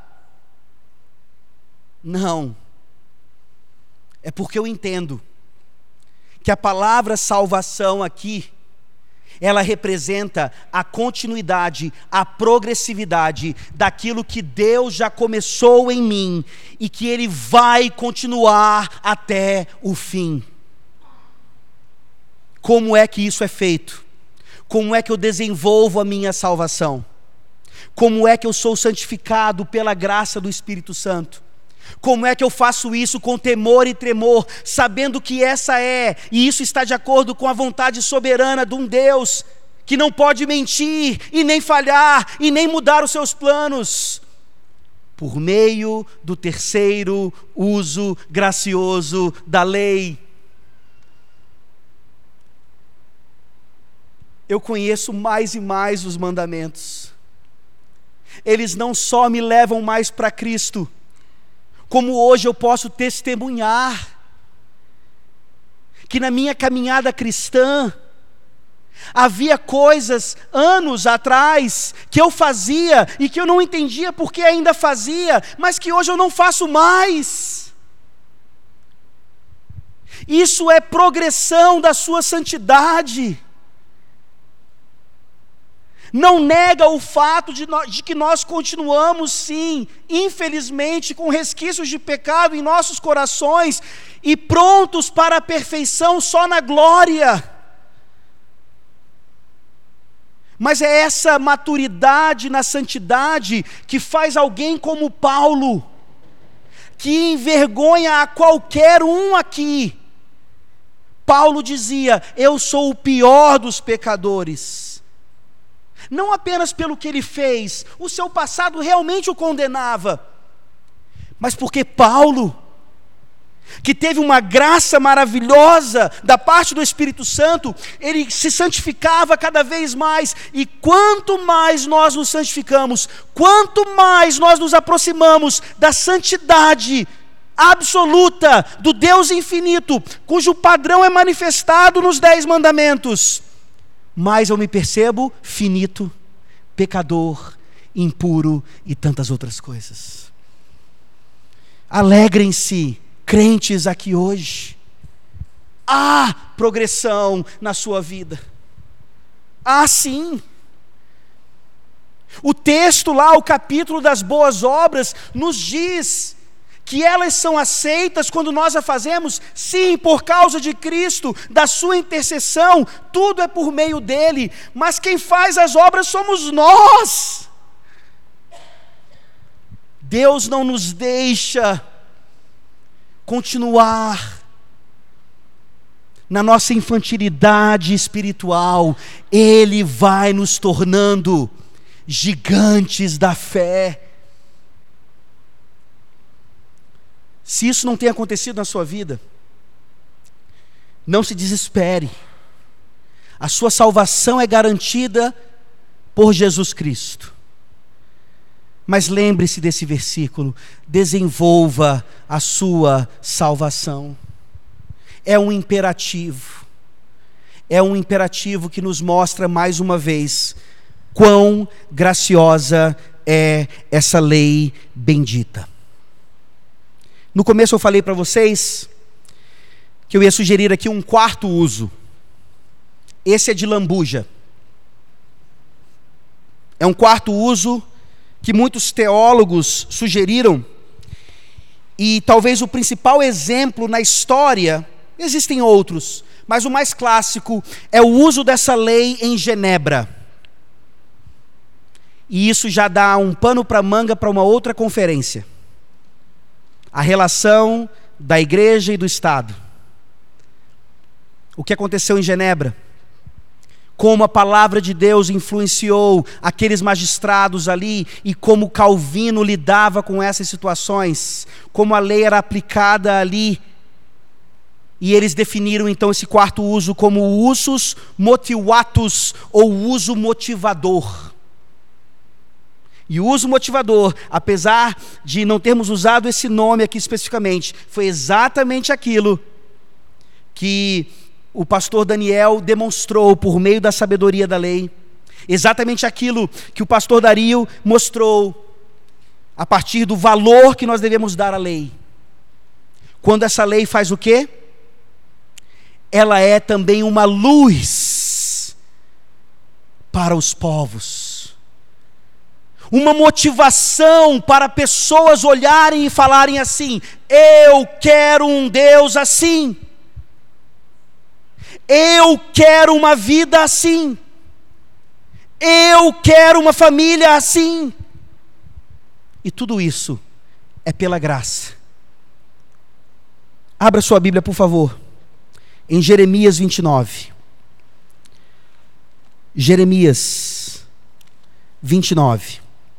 Não. É porque eu entendo que a palavra salvação aqui, ela representa a continuidade, a progressividade daquilo que Deus já começou em mim e que Ele vai continuar até o fim. Como é que isso é feito? Como é que eu desenvolvo a minha salvação? Como é que eu sou santificado pela graça do Espírito Santo? Como é que eu faço isso com temor e tremor, sabendo que essa é, e isso está de acordo com a vontade soberana de um Deus que não pode mentir, e nem falhar, e nem mudar os seus planos, por meio do terceiro uso gracioso da lei. Eu conheço mais e mais os mandamentos. Eles não só me levam mais para Cristo, como hoje eu posso testemunhar que na minha caminhada cristã havia coisas anos atrás que eu fazia e que eu não entendia porque ainda fazia, mas que hoje eu não faço mais. Isso é progressão da sua santidade. Não nega o fato de que nós continuamos, sim, infelizmente, com resquícios de pecado em nossos corações e prontos para a perfeição só na glória. Mas é essa maturidade na santidade que faz alguém como Paulo, que envergonha a qualquer um aqui. Paulo dizia: eu sou o pior dos pecadores. Não apenas pelo que ele fez, o seu passado realmente o condenava, mas porque Paulo, que teve uma graça maravilhosa da parte do Espírito Santo, ele se santificava cada vez mais, e quanto mais nós nos santificamos, quanto mais nós nos aproximamos da santidade absoluta do Deus infinito, cujo padrão é manifestado nos 10 mandamentos, mais eu me percebo finito, pecador, impuro e tantas outras coisas. Alegrem-se, crentes aqui hoje. Há progressão na sua vida. Há sim. O texto lá, o capítulo das boas obras, nos diz que elas são aceitas quando nós a fazemos, sim, por causa de Cristo, da sua intercessão, tudo é por meio dele, mas quem faz as obras somos nós. Deus não nos deixa continuar na nossa infantilidade espiritual, Ele vai nos tornando gigantes da fé. Se isso não tem acontecido na sua vida, não se desespere. A sua salvação é garantida por Jesus Cristo. Mas lembre-se desse versículo: desenvolva a sua salvação. É um imperativo. É um imperativo que nos mostra mais uma vez quão graciosa é essa lei bendita. No começo eu falei para vocês que eu ia sugerir aqui um quarto uso. Esse é de lambuja. É um quarto uso que muitos teólogos sugeriram, e talvez o principal exemplo na história, existem outros, mas o mais clássico é o uso dessa lei em Genebra. E isso já dá um pano para manga para uma outra conferência. A relação da igreja e do Estado. O que aconteceu em Genebra? Como a palavra de Deus influenciou aqueles magistrados ali, e como Calvino lidava com essas situações, como a lei era aplicada ali. E eles definiram então esse quarto uso como o usus motivatus, ou uso motivador. E o uso motivador, apesar de não termos usado esse nome aqui especificamente, foi exatamente aquilo que o pastor Daniel demonstrou por meio da sabedoria da lei, exatamente aquilo que o pastor Dario mostrou, a partir do valor que nós devemos dar à lei. Quando essa lei faz o quê? Ela é também uma luz para os povos, uma motivação para pessoas olharem e falarem assim: eu quero um Deus assim, eu quero uma vida assim, eu quero uma família assim. E tudo isso é pela graça. Abra sua Bíblia, por favor, em Jeremias 29. Jeremias 29.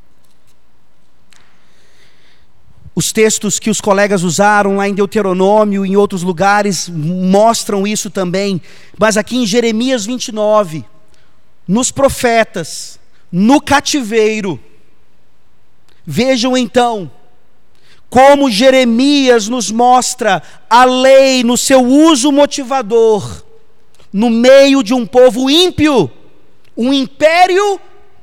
Os textos que os colegas usaram lá em Deuteronômio e em outros lugares mostram isso também. Mas aqui em Jeremias 29, nos profetas, no cativeiro, vejam então como Jeremias nos mostra a lei no seu uso motivador, no meio de um povo ímpio, um império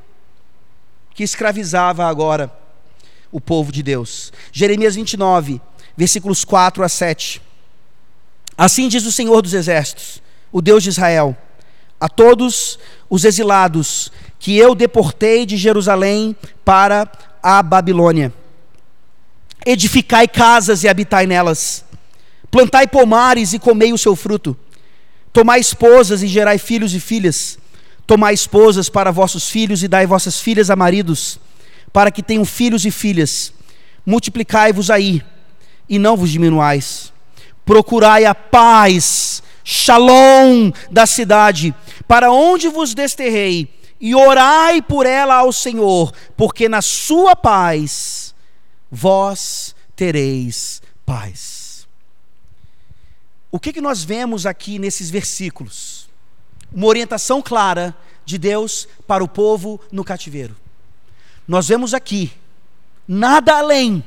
que escravizava agora o povo de Deus. Jeremias 29, versículos 4 a 7. Assim diz o Senhor dos Exércitos, o Deus de Israel, a todos os exilados que eu deportei de Jerusalém para a Babilônia: edificai casas e habitai nelas, plantai pomares e comei o seu fruto, tomai esposas e gerai filhos e filhas, tomai esposas para vossos filhos e dai vossas filhas a maridos, para que tenham filhos e filhas. Multiplicai-vos aí e não vos diminuais. Procurai a paz, shalom da cidade, para onde vos desterrei, e orai por ela ao Senhor, porque na sua paz vós tereis paz. O que nós vemos aqui nesses versículos? Uma orientação clara de Deus para o povo no cativeiro. Nós vemos aqui nada além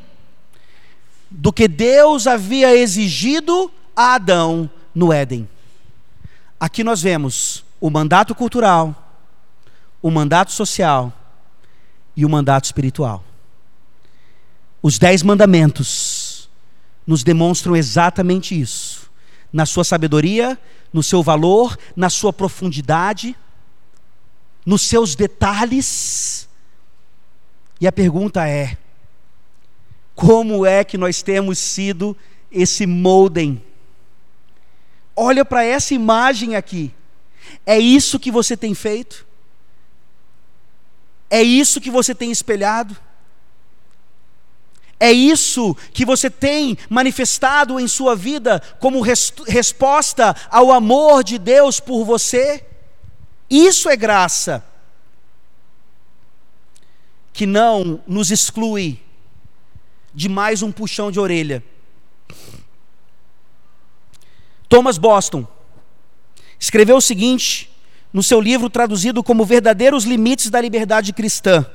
do que Deus havia exigido a Adão no Éden. Aqui nós vemos o mandato cultural, o mandato social e o mandato espiritual. Os 10 mandamentos nos demonstram exatamente isso, na sua sabedoria, no seu valor, na sua profundidade, nos seus detalhes. E a pergunta é: como é que nós temos sido esse molden? Olha para essa imagem aqui. É isso que você tem feito? É isso que você tem espelhado? É isso que você tem manifestado em sua vida como resposta ao amor de Deus por você? Isso é graça, que não nos exclui de mais um puxão de orelha. Thomas Boston escreveu o seguinte no seu livro traduzido como Verdadeiros Limites da Liberdade Cristã.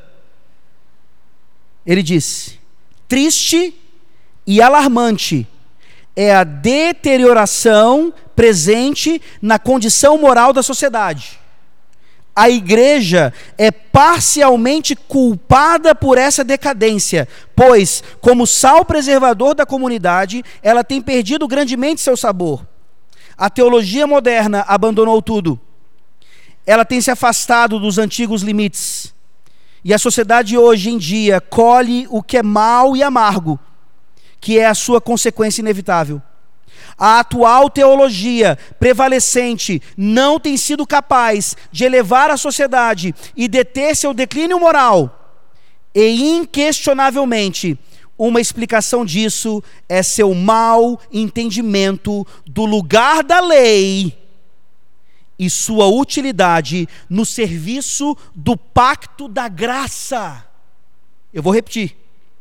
Ele disse: triste e alarmante é a deterioração presente na condição moral da sociedade. A igreja é parcialmente culpada por essa decadência, pois, como sal preservador da comunidade, ela tem perdido grandemente seu sabor. A teologia moderna abandonou tudo. Ela tem se afastado dos antigos limites. E a sociedade hoje em dia colhe o que é mau e amargo, que é a sua consequência inevitável. A atual teologia prevalecente não tem sido capaz de elevar a sociedade e deter seu declínio moral. E inquestionavelmente, uma explicação disso é seu mau entendimento do lugar da lei e sua utilidade no serviço do pacto da graça. Eu vou repetir.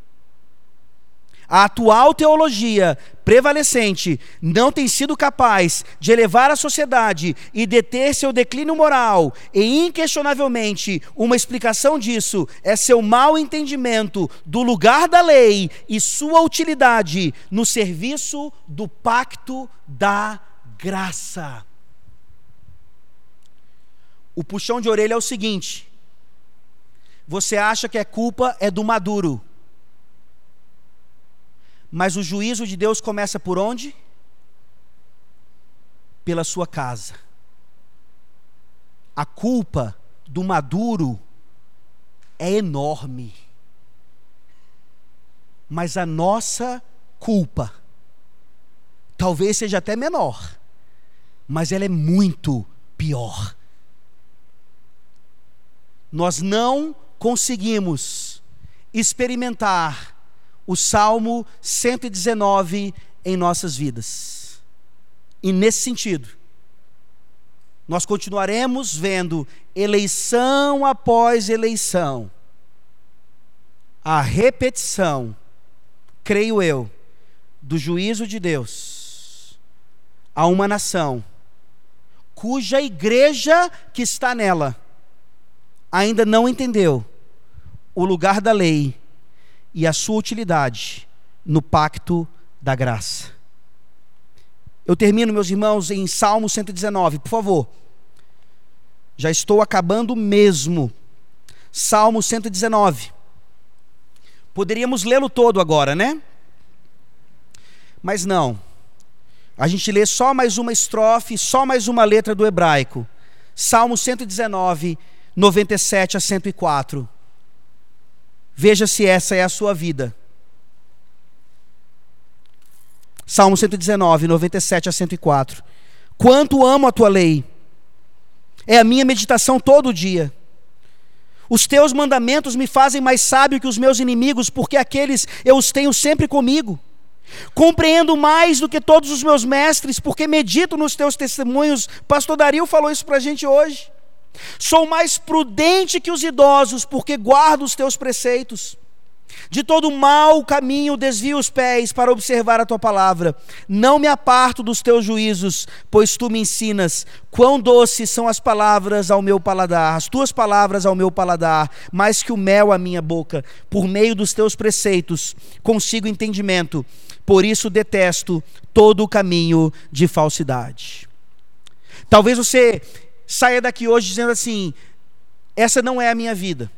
A atual teologia prevalecente não tem sido capaz de elevar a sociedade e deter seu declínio moral, e inquestionavelmente uma explicação disso é seu mau entendimento do lugar da lei e sua utilidade no serviço do pacto da graça. O puxão de orelha é o seguinte: você acha que a culpa é do maduro, mas o juízo de Deus começa por onde? Pela sua casa. A culpa do maduro é enorme, mas a nossa culpa talvez seja até menor, mas ela é muito pior. Nós não conseguimos experimentar o Salmo 119 em nossas vidas. E nesse sentido, nós continuaremos vendo eleição após eleição, a repetição, creio eu, do juízo de Deus a uma nação cuja igreja que está nela ainda não entendeu o lugar da lei e a sua utilidade no pacto da graça. Eu termino, meus irmãos, em Salmo 119, por favor. Já estou acabando mesmo. Salmo 119. Poderíamos lê-lo todo agora, né? Mas não. A gente lê só mais uma estrofe, só mais uma letra do hebraico. Salmo 119, 97 a 104. Veja se essa é a sua vida. Salmo 119, 97 a 104. Quanto amo a tua lei, é a minha meditação todo dia. Os teus mandamentos me fazem mais sábio que os meus inimigos, porque aqueles eu os tenho sempre comigo. Compreendo mais do que todos os meus mestres, porque medito nos teus testemunhos. Pastor Dario falou isso para a gente hoje. Sou mais prudente que os idosos, porque guardo os teus preceitos. De todo mau caminho desvio os pés para observar a tua palavra. Não me aparto dos teus juízos, pois tu me ensinas. Quão doces são as palavras ao meu paladar, as tuas palavras ao meu paladar, mais que o mel à minha boca. Por meio dos teus preceitos consigo entendimento, por isso detesto todo o caminho de falsidade. Talvez você saia daqui hoje dizendo assim: essa não é a minha vida.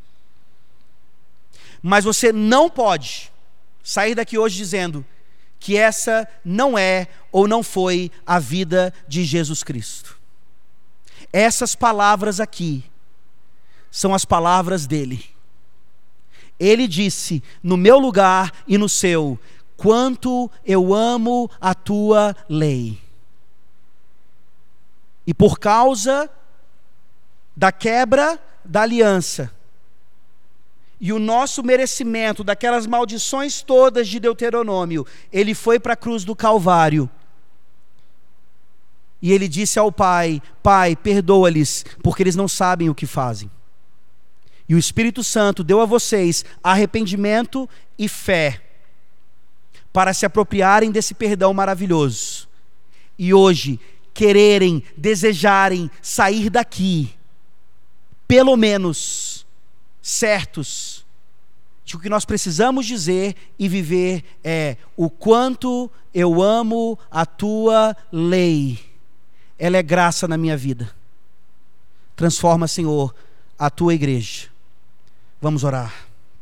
Mas você não pode sair daqui hoje dizendo que essa não é ou não foi a vida de Jesus Cristo. Essas palavras aqui são as palavras dele. Ele disse, no meu lugar e no seu: quanto eu amo a tua lei. E por causa da quebra da aliança e o nosso merecimento daquelas maldições todas de Deuteronômio, ele foi para a cruz do Calvário. E ele disse ao Pai: Pai, perdoa-lhes, porque eles não sabem o que fazem. E o Espírito Santo deu a vocês arrependimento e fé, para se apropriarem desse perdão maravilhoso. E hoje, quererem, desejarem sair daqui, pelo menos, certos de que o que nós precisamos dizer e viver é: o quanto eu amo a tua lei, ela é graça na minha vida. Transforma, Senhor, a tua igreja. Vamos orar.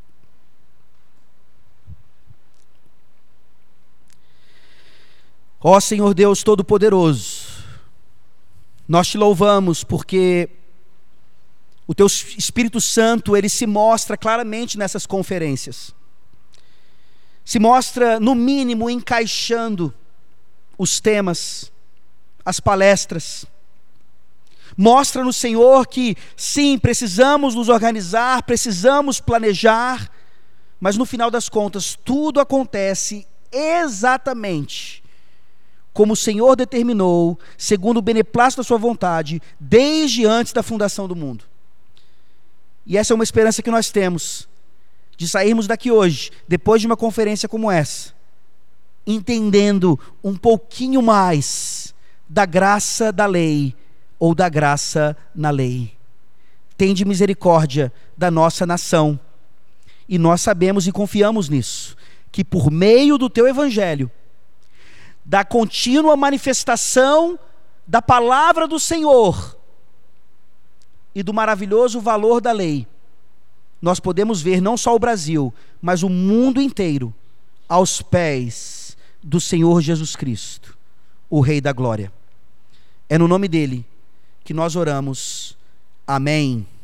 Ó Senhor Deus Todo-Poderoso, nós te louvamos porque o teu Espírito Santo, ele se mostra claramente nessas conferências. Se mostra, no mínimo, encaixando os temas, as palestras. Mostra-nos, Senhor, que sim, precisamos nos organizar, precisamos planejar, mas no final das contas, tudo acontece exatamente como o Senhor determinou, segundo o beneplácito da sua vontade, desde antes da fundação do mundo. E essa é uma esperança que nós temos, de sairmos daqui hoje, depois de uma conferência como essa, entendendo um pouquinho mais da graça da lei, ou da graça na lei. Tende misericórdia da nossa nação, e nós sabemos e confiamos nisso, que por meio do teu evangelho, da contínua manifestação da palavra do Senhor, e do maravilhoso valor da lei, nós podemos ver não só o Brasil, mas o mundo inteiro aos pés do Senhor Jesus Cristo, o Rei da Glória. É no nome dele que nós oramos. Amém.